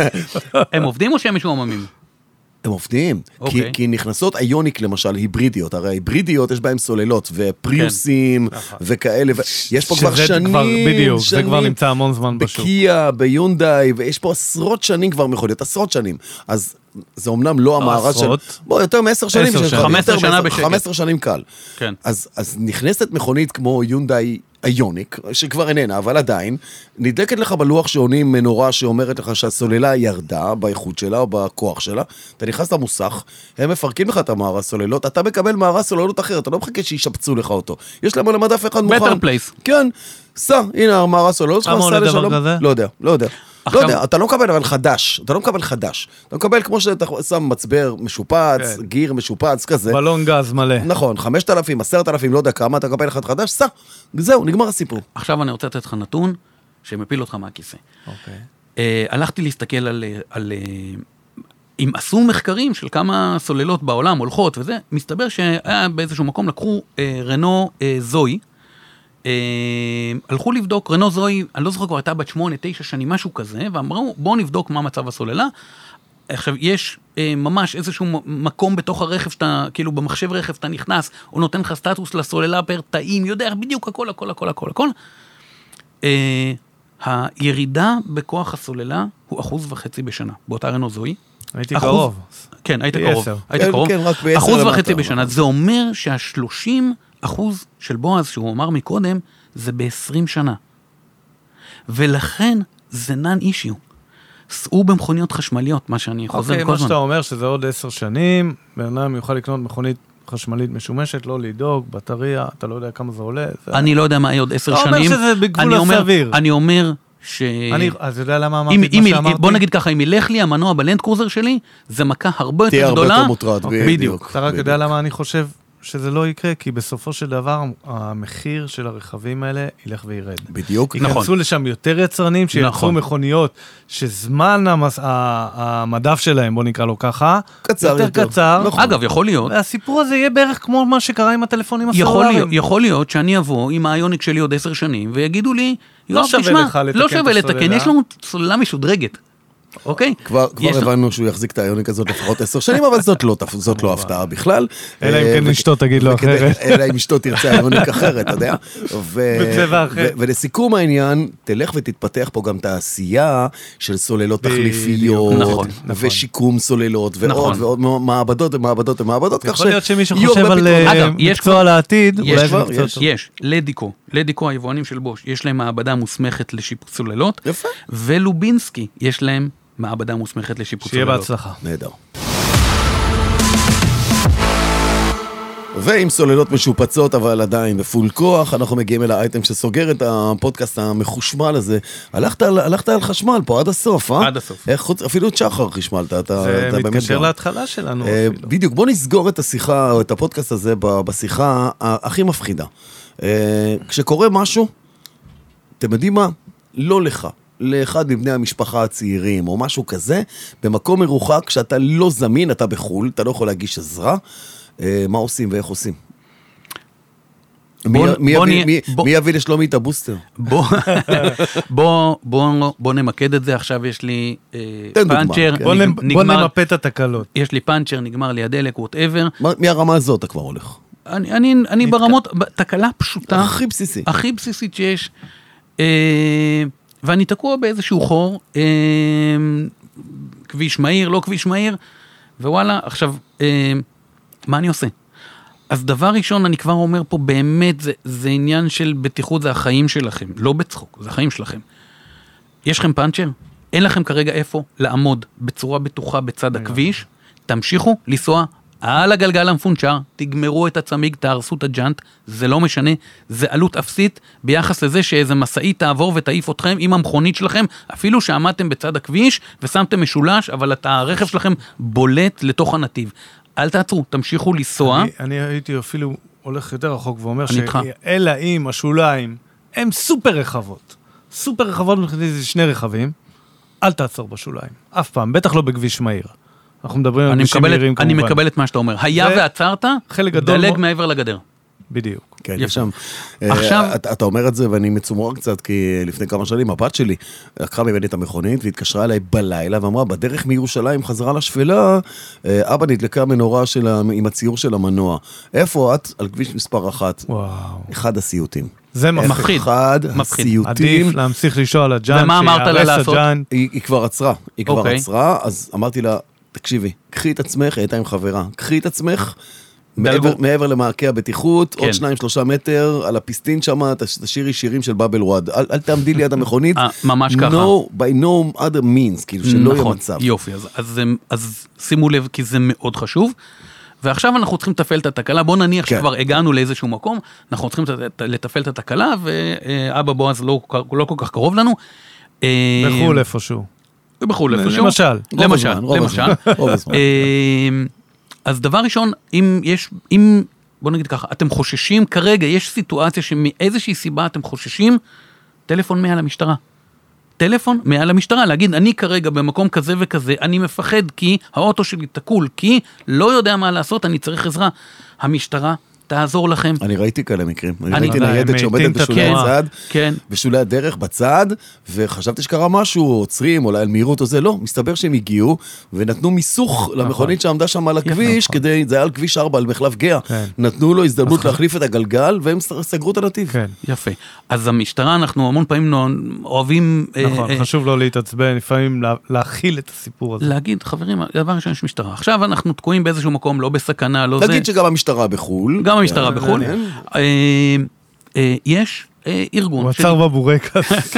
הם עובדים או שהם משועממים? הם עובדים, okay. כי, כי נכנסות איוניק למשל, היברידיות, הרי היברידיות יש בהם סוללות, ופריוסים, כן. וכאלה, יש פה כבר שנים, כבר, בדיוק, שנים, זה כבר נמצא המון זמן בשוק. בקיה, ביונדאי, ויש פה עשרות שנים כבר מכוניות, עשרות שנים, אז זה אומנם לא המערז של... בוא, יותר מעשר שנים, חמש עשרה שנה בשקט. חמש עשרה שנים קל. כן. אז, אז נכנסת מכונית כמו יונדאי, איוניק, שכבר איננה, אבל עדיין, נדלקת לך בלוח שעונים מנורה שאומרת לך שהסוללה ירדה באיכות שלה או בכוח שלה, אתה נכנס למוסך, הם מפרקים לך את המארז סוללות, אתה מקבל מארז סוללות אחר, אתה לא מחכה שישפצו לך אותו. יש להם על המדף אחד מוכן. בטר פלייס. כן, סע, הנה המארז סוללות, כמה עולה דבר כזה? לא יודע, לא יודע. לא יודע, אתה לא מקבל אבל חדש, אתה לא מקבל חדש. אתה מקבל כמו שאתה שם מצבר משופץ, גיר משופץ, כזה. בלון גז מלא. נכון, חמשת אלפים, עשרת אלפים, לא יודע כמה, אתה מקבל אחד חדש, סע, זהו, נגמר הסיפור. עכשיו אני רוצה לתת לך נתון שמפיל אותך מהכיסא. אוקיי. הלכתי להסתכל על... אם עשו מחקרים של כמה סוללות בעולם הולכות וזה, מסתבר שהיה באיזשהו מקום לקחו רנו זוי, הלכו לבדוק, רנו זוי, אני לא זוכר כבר הייתה בת שמונה, תשע שנים, משהו כזה, ואמרו, בואו נבדוק מה מצב הסוללה. עכשיו, יש ממש איזשהו מקום בתוך הרכב, שאתה, כאילו במחשב רכב, אתה נכנס, הוא נותן לך סטטוס לסוללה פר תאים, יודע בדיוק הכל, הכל, הכל, הכל, הכל. הירידה בכוח הסוללה הוא אחוז וחצי בשנה, באותה רנו זוי. הייתי קרוב. כן, היית קרוב. היית קרוב. אחוז וחצי בשנה. זה אומר שהשלושים אחוז של בועז, שהוא אמר מקודם, זה ב-עשרים שנה. ולכן זה נן אישיו. סעו במכוניות חשמליות, מה שאני חוזר כל הזמן. אוקיי, מה שאתה אומר שזה עוד עשר שנים, בן אדם יוכל לקנות מכונית חשמלית משומשת, לא לדאוג, בטריה, אתה לא יודע כמה זה עולה. אני לא יודע מה יהיה עוד עשר שנים. אתה אומר שזה בגבול הסביר. אני אומר ש... אז יודע למה אמרתי את מה שאמרתי? בוא נגיד ככה, אם ילך לי המנוע בלנד קרוזר שלי, זה מכה הרבה יותר גדולה. תהיה הרבה יותר מוטרד, בדיוק. אתה רק יודע למה אני חושב שזה לא יקרה, כי בסופו של דבר המחיר של הרכבים האלה ילך וירד. בדיוק. ייכנסו לשם יותר יצרנים, שיצרו מכוניות, שזמן המדף שלהם, בוא נקרא לו ככה, יותר קצר. אגב, יכול להיות. והסיפור הזה יהיה בערך כמו מה שקרה עם הטלפונים הסלולריים. יכול להיות שאני אבוא עם האיוניק שלי עוד עשר שנים, ויגידו לי, יואב, שווה תשמע, לך לתקן לא את שווה לתקן, הסוללה. יש לנו סוללה משודרגת. אוקיי? כבר, כבר יש- הבנו שהוא יחזיק את האיוניקה הזאת לפחות עשר שנים, אבל זאת לא, זאת לא הפתעה בכלל. אלא אם אה, כן ו- אשתו תגיד לו וכדי- אחרת. אלא אם אשתו תרצה איוניק אחרת, אתה יודע? ו- בצבע אחר. ו- ולסיכום העניין, תלך ותתפתח פה גם תעשייה של סוללות בדיוק. תחליפיות, נכון, נכון. ושיקום סוללות, ועוד נכון. ועוד מעבדות ומעבדות ומעבדות, כך יכול להיות שמישהו יהיו חושב הרבה על פתרונות. אה, אגב, יש מקצוע כבר- לעתיד, יש אולי זה כבר, מקצוע יש. טוב. יש, לדיקו, לדיקו, היבואנים של בוש, יש להם מעבדה מוסמכת לשיפוץ סוללות, יפה. ולובינסקי, יש להם מעבדה מוסמכת לשיפוץ שיהיה סוללות. בהצלחה. נהדר. ועם סוללות משופצות, אבל עדיין בפול כוח, אנחנו מגיעים אל האייטם שסוגר את הפודקאסט המחושמל הזה. הלכת, על- הלכת על חשמל פה עד הסוף, אה? עד הסוף. איך חוץ, אפילו את שחר חשמלת, אתה, זה אתה באמת מתקשר גם. להתחלה שלנו. אה, אפילו. בדיוק, בוא נסגור את השיחה, או את הפודקאסט הזה ב- בשיחה הכי מפחידה. אה, כשקורה משהו, אתם יודעים מה? לא לך. לאחד מבני המשפחה הצעירים, או משהו כזה, במקום מרוחק, שאתה לא זמין, אתה בחול, אתה לא יכול להגיש עזרה, אה, מה עושים ואיך עושים? מי, בוא- מי, בוא יביא, נהיה- מי, בוא- מי יביא לשלומי את הבוסטר? בוא, בוא, בוא, בוא נמקד את זה, עכשיו יש לי אה, תן דוגמה, פאנצ'ר, כן. בוא נג- נמ- בוא נגמר, נמפה את התקלות. יש לי פאנצ'ר, נגמר לי הדלק, whatever. מה- מהרמה הזאת אתה כבר הולך. אני, אני, אני ברמות, תקלה פשוטה, הכי בסיסי. הכי בסיסית שיש, אה, ואני תקוע באיזשהו חור, אה, כביש מהיר, לא כביש מהיר, ווואלה, עכשיו, אה, מה אני עושה? אז דבר ראשון, אני כבר אומר פה, באמת, זה, זה עניין של בטיחות, זה החיים שלכם, לא בצחוק, זה החיים שלכם. יש לכם פאנצ'ר? אין לכם כרגע איפה לעמוד בצורה בטוחה בצד הכביש, תמשיכו לנסוע על הגלגל המפונצ'ר, תגמרו את הצמיג, תהרסו את הג'אנט, זה לא משנה, זה עלות אפסית ביחס לזה שאיזה מסעית תעבור ותעיף אתכם עם המכונית שלכם, אפילו שעמדתם בצד הכביש ושמתם משולש, אבל את הרכב שלכם בולט לתוך הנתיב. אל תעצרו, תמשיכו לנסוע. אני- אני הייתי אפילו הולך יותר רחוק ואומר אני איתך. שאלא אם השוליים הם סופר רחבות, סופר רחבות מבחינתי זה שני רכבים, אל תעצור בשוליים, אף פעם, בטח לא בכביש מהיר. אנחנו מדברים על אני כבישים מקבל, מהירים את, אני כמובן. מקבל את מה שאתה אומר. היה זה ועצרת, חלק גדול דלג מאוד. מעבר לגדר. בדיוק. כן, יפה. יש שם. עכשיו- אה, אתה, אתה אומר את זה ואני מצומרר קצת, כי לפני כמה שנים הבת שלי לקחה ממני את המכונית והתקשרה אליי בלילה ואמרה, בדרך מירושלים חזרה לשפלה, אה, אבא נדלקה מנורה של, ה- עם הציור של המנוע. איפה את? על כביש מספר אחת. וואו. אחד הסיוטים. זה מפחיד. אחד מפחיד. הסיוטים. עדיף להמשיך לשאול על הג'אנט, ומה אמרת לה שיהרס לעשות? הג'אנט. היא, היא כבר עצרה, היא כבר אוקיי. עצרה, אז אמרתי לה, תקשיבי, קחי את עצמך, היא הייתה עם חברה, קחי את עצמך, מעבר, דלגו. מעבר למעקי הבטיחות, כן. עוד שניים, שלושה מטר, על הפיסטין שם, תש- תשאירי שירים של באבל וואד, אל, אל תעמדי ליד המכונית, אה, ממש ככה. no, by no other means, כאילו שלא יהיה נכון, מצב. יופי, אז, אז, אז שימו לב, כי זה מאוד חשוב. ועכשיו אנחנו צריכים לתפעל את התקלה, בוא נניח כן. שכבר הגענו לאיזשהו מקום, אנחנו צריכים לת- לתפעל את התקלה, ואבא בועז לא, לא כל כך קרוב לנו. בחול איפשהו. בחו"ל איפשהו. למשל. רוב למשל, הזמן, רוב למשל. הזמן, רוב הזמן. אה, אז דבר ראשון, אם יש, אם, בוא נגיד ככה, אתם חוששים, כרגע יש סיטואציה שמאיזושהי סיבה אתם חוששים, טלפון מאה למשטרה. טלפון מעל המשטרה, להגיד, אני כרגע במקום כזה וכזה, אני מפחד כי האוטו שלי תקול, כי לא יודע מה לעשות, אני צריך עזרה. המשטרה תעזור לכם. אני ראיתי כאלה מקרים, אני אני- ראיתי הם ניידת שעומדת מאיטים את בשולי התנועה. הצד, כן. בשולי הדרך, בצד, וחשבתי שקרה משהו, עוצרים, אולי על מהירות או זה, לא, מסתבר שהם הגיעו, ונתנו מיסוך למכונית שעמדה שם על הכביש, נכון. כדי, זה היה על כביש ארבע, על מחלף גאה, כן. נתנו לו הזדמנות להחליף את הגלגל, והם סגרו את הנתיב. כן. יפה. אז המשטרה, אנחנו המון פעמים נו- אוהבים אה, נכון, אה, חשוב לא להתעצבן, לפעמים לה- להכיל את הסיפור הזה. להגיד, חברים, דבר ראשון יש משטרה. עכשיו אנחנו תקועים באיזשהו מקום, לא בסכנה, לא זה. נגיד שגם המשטרה בחו"ל. גם המשטרה כן, בחו"ל. כן. אה, אה, יש אה, ארגון. הוא של- עצר בבורקס.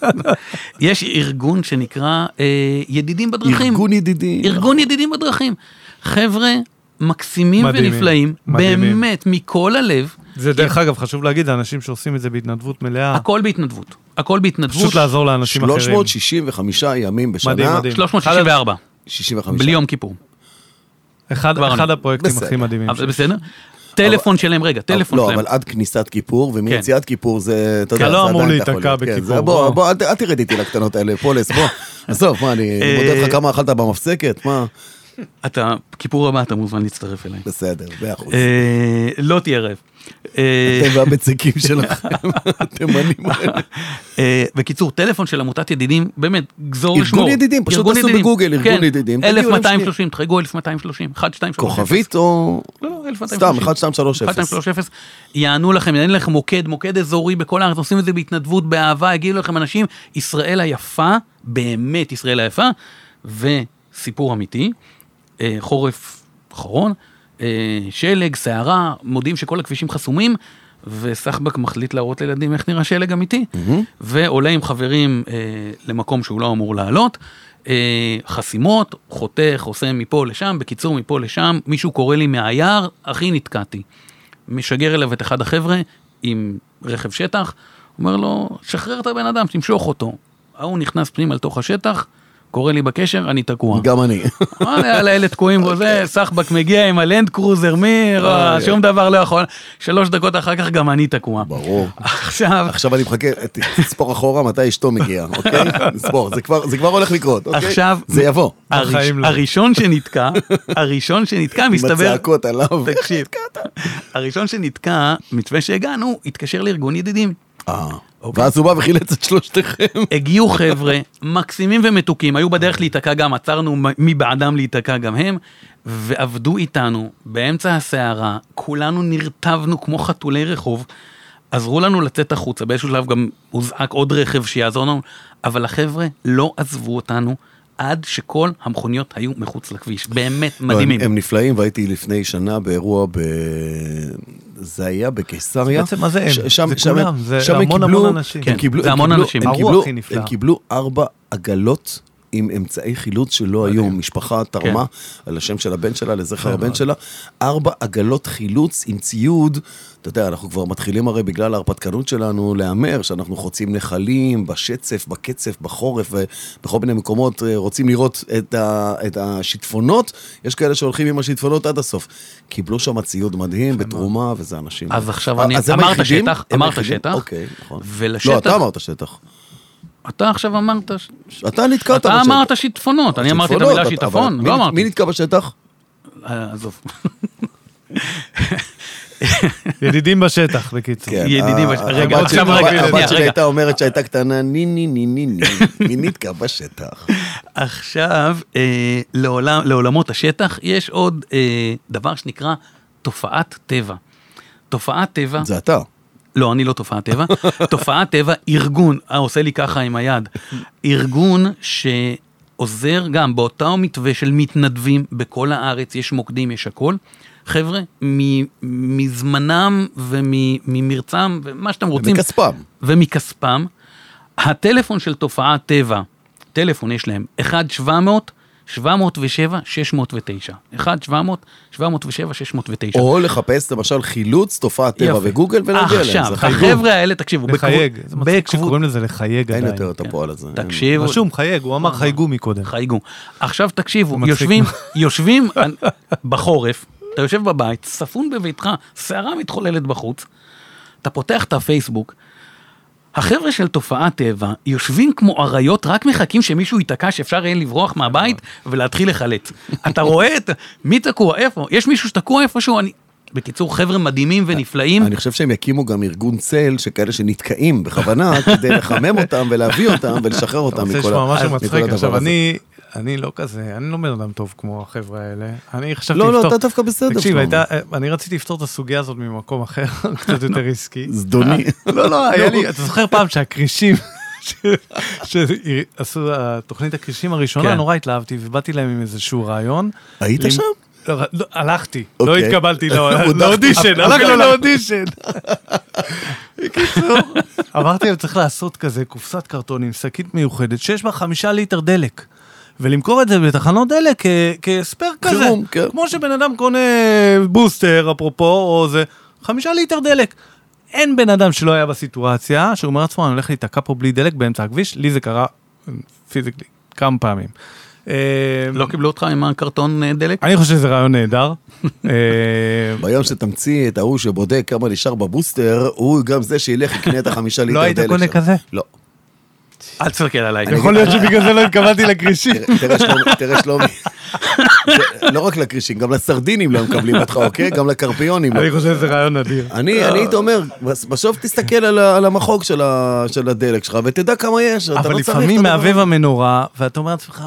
יש ארגון שנקרא אה, ידידים בדרכים. ארגון ידידי. ארגון ידידים בדרכים. חבר'ה מקסימים מדהימים, ונפלאים, מדהימים. באמת, מכל הלב, זה דרך אגב, חשוב להגיד, האנשים שעושים את זה בהתנדבות מלאה, הכל בהתנדבות. הכל בהתנדבות. פשוט לעזור לאנשים אחרים. שלוש מאות שישים וחמישה ימים בשנה. מדהים, מדהים. שלוש מאות שישים וארבע, שישים וחמש. בלי יום כיפור. אחד כבר אחד אני. הפרויקטים בסדר. הכי מדהימים. אבל זה בסדר? טלפון שלהם, רגע, טלפון לא, שלהם. אבל עד כניסת כיפור, ומיציאת כיפור זה, אתה כן, יודע, לא זה אמור עדיין אתה להיתקע יכול להיות. כן, בכיפור, זה- בוא, בוא. בוא, אל ת- אל תרד איתי לקטנות האלה, פולס, בוא. עזוב, מה, אני מודה לך כמה אכלת במפסקת, מה? אתה, כיפור הבא, אתה מוזמן להצטרף אליי. בסדר, באחוז. לא תהיה רעב. אתם והבצקים שלכם, אתם מנים. בקיצור, טלפון של עמותת ידידים, באמת, גזור לשמור. ארגון ידידים, פשוט תעשו בגוגל, ארגון ידידים. אלף מאתיים שלושים, תחייגו אלף מאתיים שלושים, אחת שתיים שלוש אפס. כוכבית או... לא, לא, אלף מאתיים שלושים. סתם, אחת שתיים שלוש אפס. אחת שתיים שלוש אפס. יענו לכם, יענו לכם מוקד, מוקד אזורי בכל הארץ, עושים את זה בהתנדבות, באהבה, הגיעו לכם אנשים, ישראל היפה, באמת ישראל היפה, וסיפור אמיתי, חורף אחרון, שלג, שערה, מודיעים שכל הכבישים חסומים, וסחבק מחליט להראות לילדים איך נראה שלג אמיתי, ועולה עם חברים למקום שהוא לא אמור לעלות, חסימות, חותך, עושה מפה לשם, בקיצור מפה לשם, מישהו קורא לי מהיער, הכי נתקעתי. משגר אליו את אחד החבר'ה עם רכב שטח, אומר לו, שחרר את הבן אדם, תמשוך אותו. ההוא נכנס פנים על תוך השטח, קורא לי בקשר, אני תקוע. גם אני. על האלה תקועים בו זה, סחבק מגיע עם הלנד קרוזר, מיר, שום דבר לא יכול. שלוש דקות אחר כך גם אני תקוע. ברור. עכשיו... עכשיו אני מחכה, תספור אחורה מתי אשתו מגיעה, אוקיי? נספור, זה כבר הולך לקרות, אוקיי? עכשיו... זה יבוא. הראשון שנתקע, הראשון שנתקע, מסתבר... עם הצעקות עליו. תקשיב. הראשון שנתקע, מתווה שהגענו, התקשר לארגון ידידים. אה... ואז הוא בא וחילץ את שלושתכם. הגיעו חבר'ה, מקסימים ומתוקים, היו בדרך להתקע גם, עצרנו מבעדם להתקע גם הם, ועבדו איתנו באמצע הסערה, כולנו נרטבנו כמו חתולי רחוב, עזרו לנו לצאת החוצה, באיזשהו שלב גם הוזעק עוד רכב שיעזור לנו, אבל החבר'ה לא עזבו אותנו, עד שכל המכוניות היו מחוץ לכביש, באמת מדהימים. הם נפלאים, והייתי לפני שנה באירוע ב... זה היה בקיסריה. בעצם מה זה הם? זה כולם, זה המון המון אנשים. זה המון אנשים. הרוח הכי נפלא. הם קיבלו ארבע עגלות עם אמצעי חילוץ שלא היו, משפחה תרמה על השם של הבן שלה, לזכר הבן שלה, ארבע עגלות חילוץ עם ציוד, אתה יודע, אנחנו כבר מתחילים הרי בגלל ההרפתקנות שלנו לאמר, שאנחנו חוצים נחלים, בשצף, בקצף, בחורף, ובכל מיני מקומות רוצים לראות את, ה, את השיטפונות, יש כאלה שהולכים עם השיטפונות עד הסוף. קיבלו שם ציוד מדהים, בתרומה, וזה אנשים. אז עכשיו אני, אמרת שטח, אמרת שטח, אוקיי, נכון. ולשטח... לא, אתה אמרת שטח. אתה עכשיו אמרת... אתה נתקעת בשטח. אתה אמרת שיטפונות, אני אמרתי את המילה שיטפון, לא אמרתי. מי נתקע בשטח? עזוב. ידידים בשטח, בקיצור. ידידים בשטח. רגע, עכשיו רגע. הבת שלי הייתה אומרת שהייתה קטנה, ני ני ני ני ני, מי נתקע בשטח? עכשיו, לעולמות השטח, יש עוד דבר שנקרא תופעת טבע. תופעת טבע... זה אתה. לא, אני לא תופעת טבע. תופעת טבע, ארגון, אה, עושה לי ככה עם היד, ארגון שעוזר גם באותו מתווה של מתנדבים בכל הארץ, יש מוקדים, יש הכל. חבר'ה, מזמנם וממרצם, ומה שאתם רוצים. ומכספם. ומכספם. הטלפון של תופעת טבע, טלפון יש להם, אחד שבע מאות שבע מאות ושבע שש מאות ותשע. אחד שבע מאות שבע מאות ושבע שש מאות ותשע. או לחפש למשל חילוץ, תופעת טבע וגוגל ולהגיע אליהם. עכשיו, החבר'ה האלה, תקשיבו, לחייג. זה מצחיק שקוראים לזה לחייג עדיין. אין יותר את הפועל הזה. תקשיבו. רשום, חייג, הוא אמר חייגו מקודם. חייגו. עכשיו תקשיבו, יושבים, יושבים בחורף, אתה יושב בבית, ספון בביתך, שערה מתחוללת בחוץ, אתה פותח את הפייסבוק, החבר'ה של תופעת טבע יושבים כמו אריות, רק מחכים שמישהו ייתקע שאפשר יהיה לברוח מהבית ולהתחיל לחלץ. אתה רואה את מי תקוע, איפה? יש מישהו שתקוע איפשהו? אני... בקיצור, חבר'ה מדהימים ונפלאים. אני חושב שהם יקימו גם ארגון צל, שכאלה שנתקעים בכוונה, כדי לחמם אותם ולהביא אותם ולשחרר אותם מכל הדבר הזה. אתה רוצה לשמוע משהו מצחיק? עכשיו, אני... אני לא כזה, אני לא בן אדם טוב כמו החבר'ה האלה. אני חשבתי לא, לפתור... לא, אתה דווקא בסדר. תקשיב, הייתה, אני רציתי לפתור את הסוגיה הזאת ממקום אחר, קצת יותר ריסקי. זדוני. לא, לא, היה לי, אתה זוכר פעם שהקרישים, שעשו התוכנית הקרישים הראשונה, נורא התלהבתי, ובאתי להם עם איזשהו רעיון. היית שם? הלכתי, לא התקבלתי לאודישן, הלכתי לאודישן. בקיצור, אמרתי, צריך לעשות כזה קופסת קרטון עם שקית מיוחדת, שיש בה חמישה ליטר דלק. ולמכור את זה בתחנות דלק כספר כזה. חירום, כן. כמו שבן אדם קונה בוסטר, אפרופו, או זה, חמישה ליטר דלק. אין בן אדם שלא היה בסיטואציה, שהוא אומר עצמו, אני הולך להתקע פה בלי דלק באמצע הכביש, לי זה קרה פיזיקלי, כמה פעמים. לא קיבלו אותך עם הקרטון דלק? אני חושב שזה רעיון נהדר. ביום שתמציא את ההוא שבודק כמה נשאר בבוסטר, הוא גם זה שילך יקנה את החמישה ליטר דלק. לא היית קונה כזה? לא. אל תסתכל עליי. יכול להיות שבגלל זה לא התכוונתי לקרישי. תראה שלומי. לא רק לקרישים, גם לסרדינים לא מקבלים אותך, אוקיי? גם לקרפיונים. אני חושב שזה רעיון נדיר. אני הייתי אומר, בסוף תסתכל על המחוג של הדלק שלך, ותדע כמה יש. אבל לפעמים מעבב המנורה, ואתה אומר לעצמך,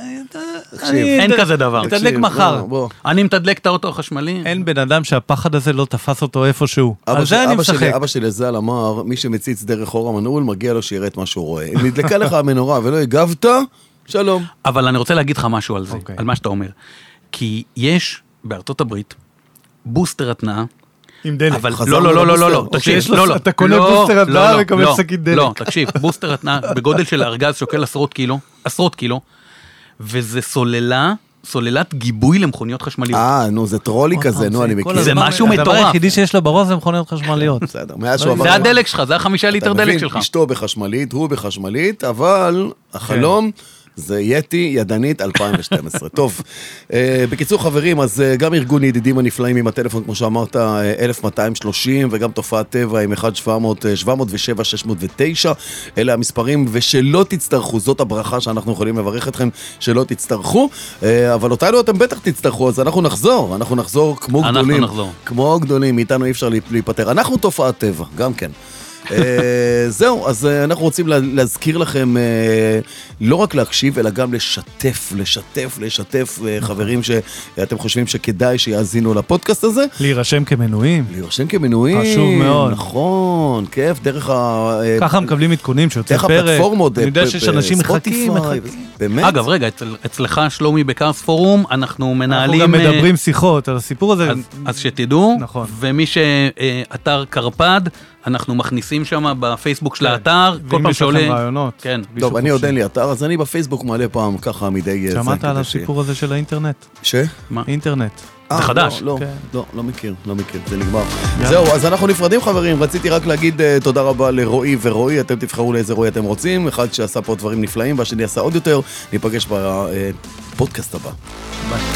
אין כזה דבר. תדלק מחר. אני מתדלק את האוטו החשמלי. אין בן אדם שהפחד הזה לא תפס אותו איפשהו. על זה אני משחק. אבא שלי ז"ל אמר, מי שמציץ דרך אור המנעול, מגיע לו שיראה את מה שהוא רואה. אם נדלקה לך המנורה ולא הגבת, שלום. אבל אני רוצה להגיד לך משהו על זה, על מה שאתה אומר. כי יש בארצות הברית בוסטר התנאה, עם דלק. אבל לא, לא, לא, לא, לא, תקשיב, לא, לא. אתה קונה בוסטר התנאה וקבל שקית דלק. לא, תקשיב, בוסטר התנאה בגודל של ארגז שוקל עשרות קילו, עשרות קילו, וזה סוללה, סוללת גיבוי למכוניות חשמליות. אה, נו, זה טרולי כזה, נו, אני מכיר. זה משהו מטורף. הדבר היחידי שיש לו בראש זה מכוניות חשמליות. בסדר, מאז שהוא עבר... זה הדלק שלך, זה החמישה ליטר דלק שלך. אשתו בחשמלית, הוא בחשמלית, אבל החלום... זה יטי ידנית אלפיים ושתים עשרה. טוב, בקיצור חברים, אז גם ארגון ידידים הנפלאים עם הטלפון, כמו שאמרת, אלף מאתיים ושלושים, וגם תופעת טבע עם אחד שבע מאות שבע שש מאות ותשע, אלה המספרים, ושלא תצטרכו, זאת הברכה שאנחנו יכולים לברך אתכם, שלא תצטרכו, אבל אותנו אתם בטח תצטרכו, אז אנחנו נחזור, אנחנו נחזור כמו גדולים, כמו גדולים, מאיתנו אי אפשר להיפטר, אנחנו תופעת טבע, גם כן. זהו, אז אנחנו רוצים להזכיר לכם לא רק להקשיב, אלא גם לשתף, לשתף, לשתף חברים שאתם חושבים שכדאי שיאזינו לפודקאסט הזה. להירשם כמנויים. להירשם כמנויים. חשוב מאוד. נכון, כיף, דרך ה... ככה מקבלים עדכונים שיוצא פרק. דרך הפלטפורמות. אני יודע שיש אנשים מחכים, מחכים. באמת? אגב, רגע, אצלך שלומי בקארס פורום, אנחנו מנהלים... אנחנו גם מדברים שיחות על הסיפור הזה. אז שתדעו, נכון. ומי שאתר קרפד, אנחנו מכניסים שם בפייסבוק של האתר, כל פעם שעולה... ואם יש לכם רעיונות. כן. טוב, אני עוד אין לי אתר, אז אני בפייסבוק מעלה פעם ככה מדי... שמעת על הסיפור הזה של האינטרנט? ש? מה? אינטרנט. זה חדש. לא, לא, לא מכיר, לא מכיר, זה נגמר. זהו, אז אנחנו נפרדים חברים, רציתי רק להגיד תודה רבה לרועי ורועי, אתם תבחרו לאיזה רועי אתם רוצים, אחד שעשה פה דברים נפלאים, והשני עשה עוד יותר, ניפגש בפודקאסט הבא. ביי.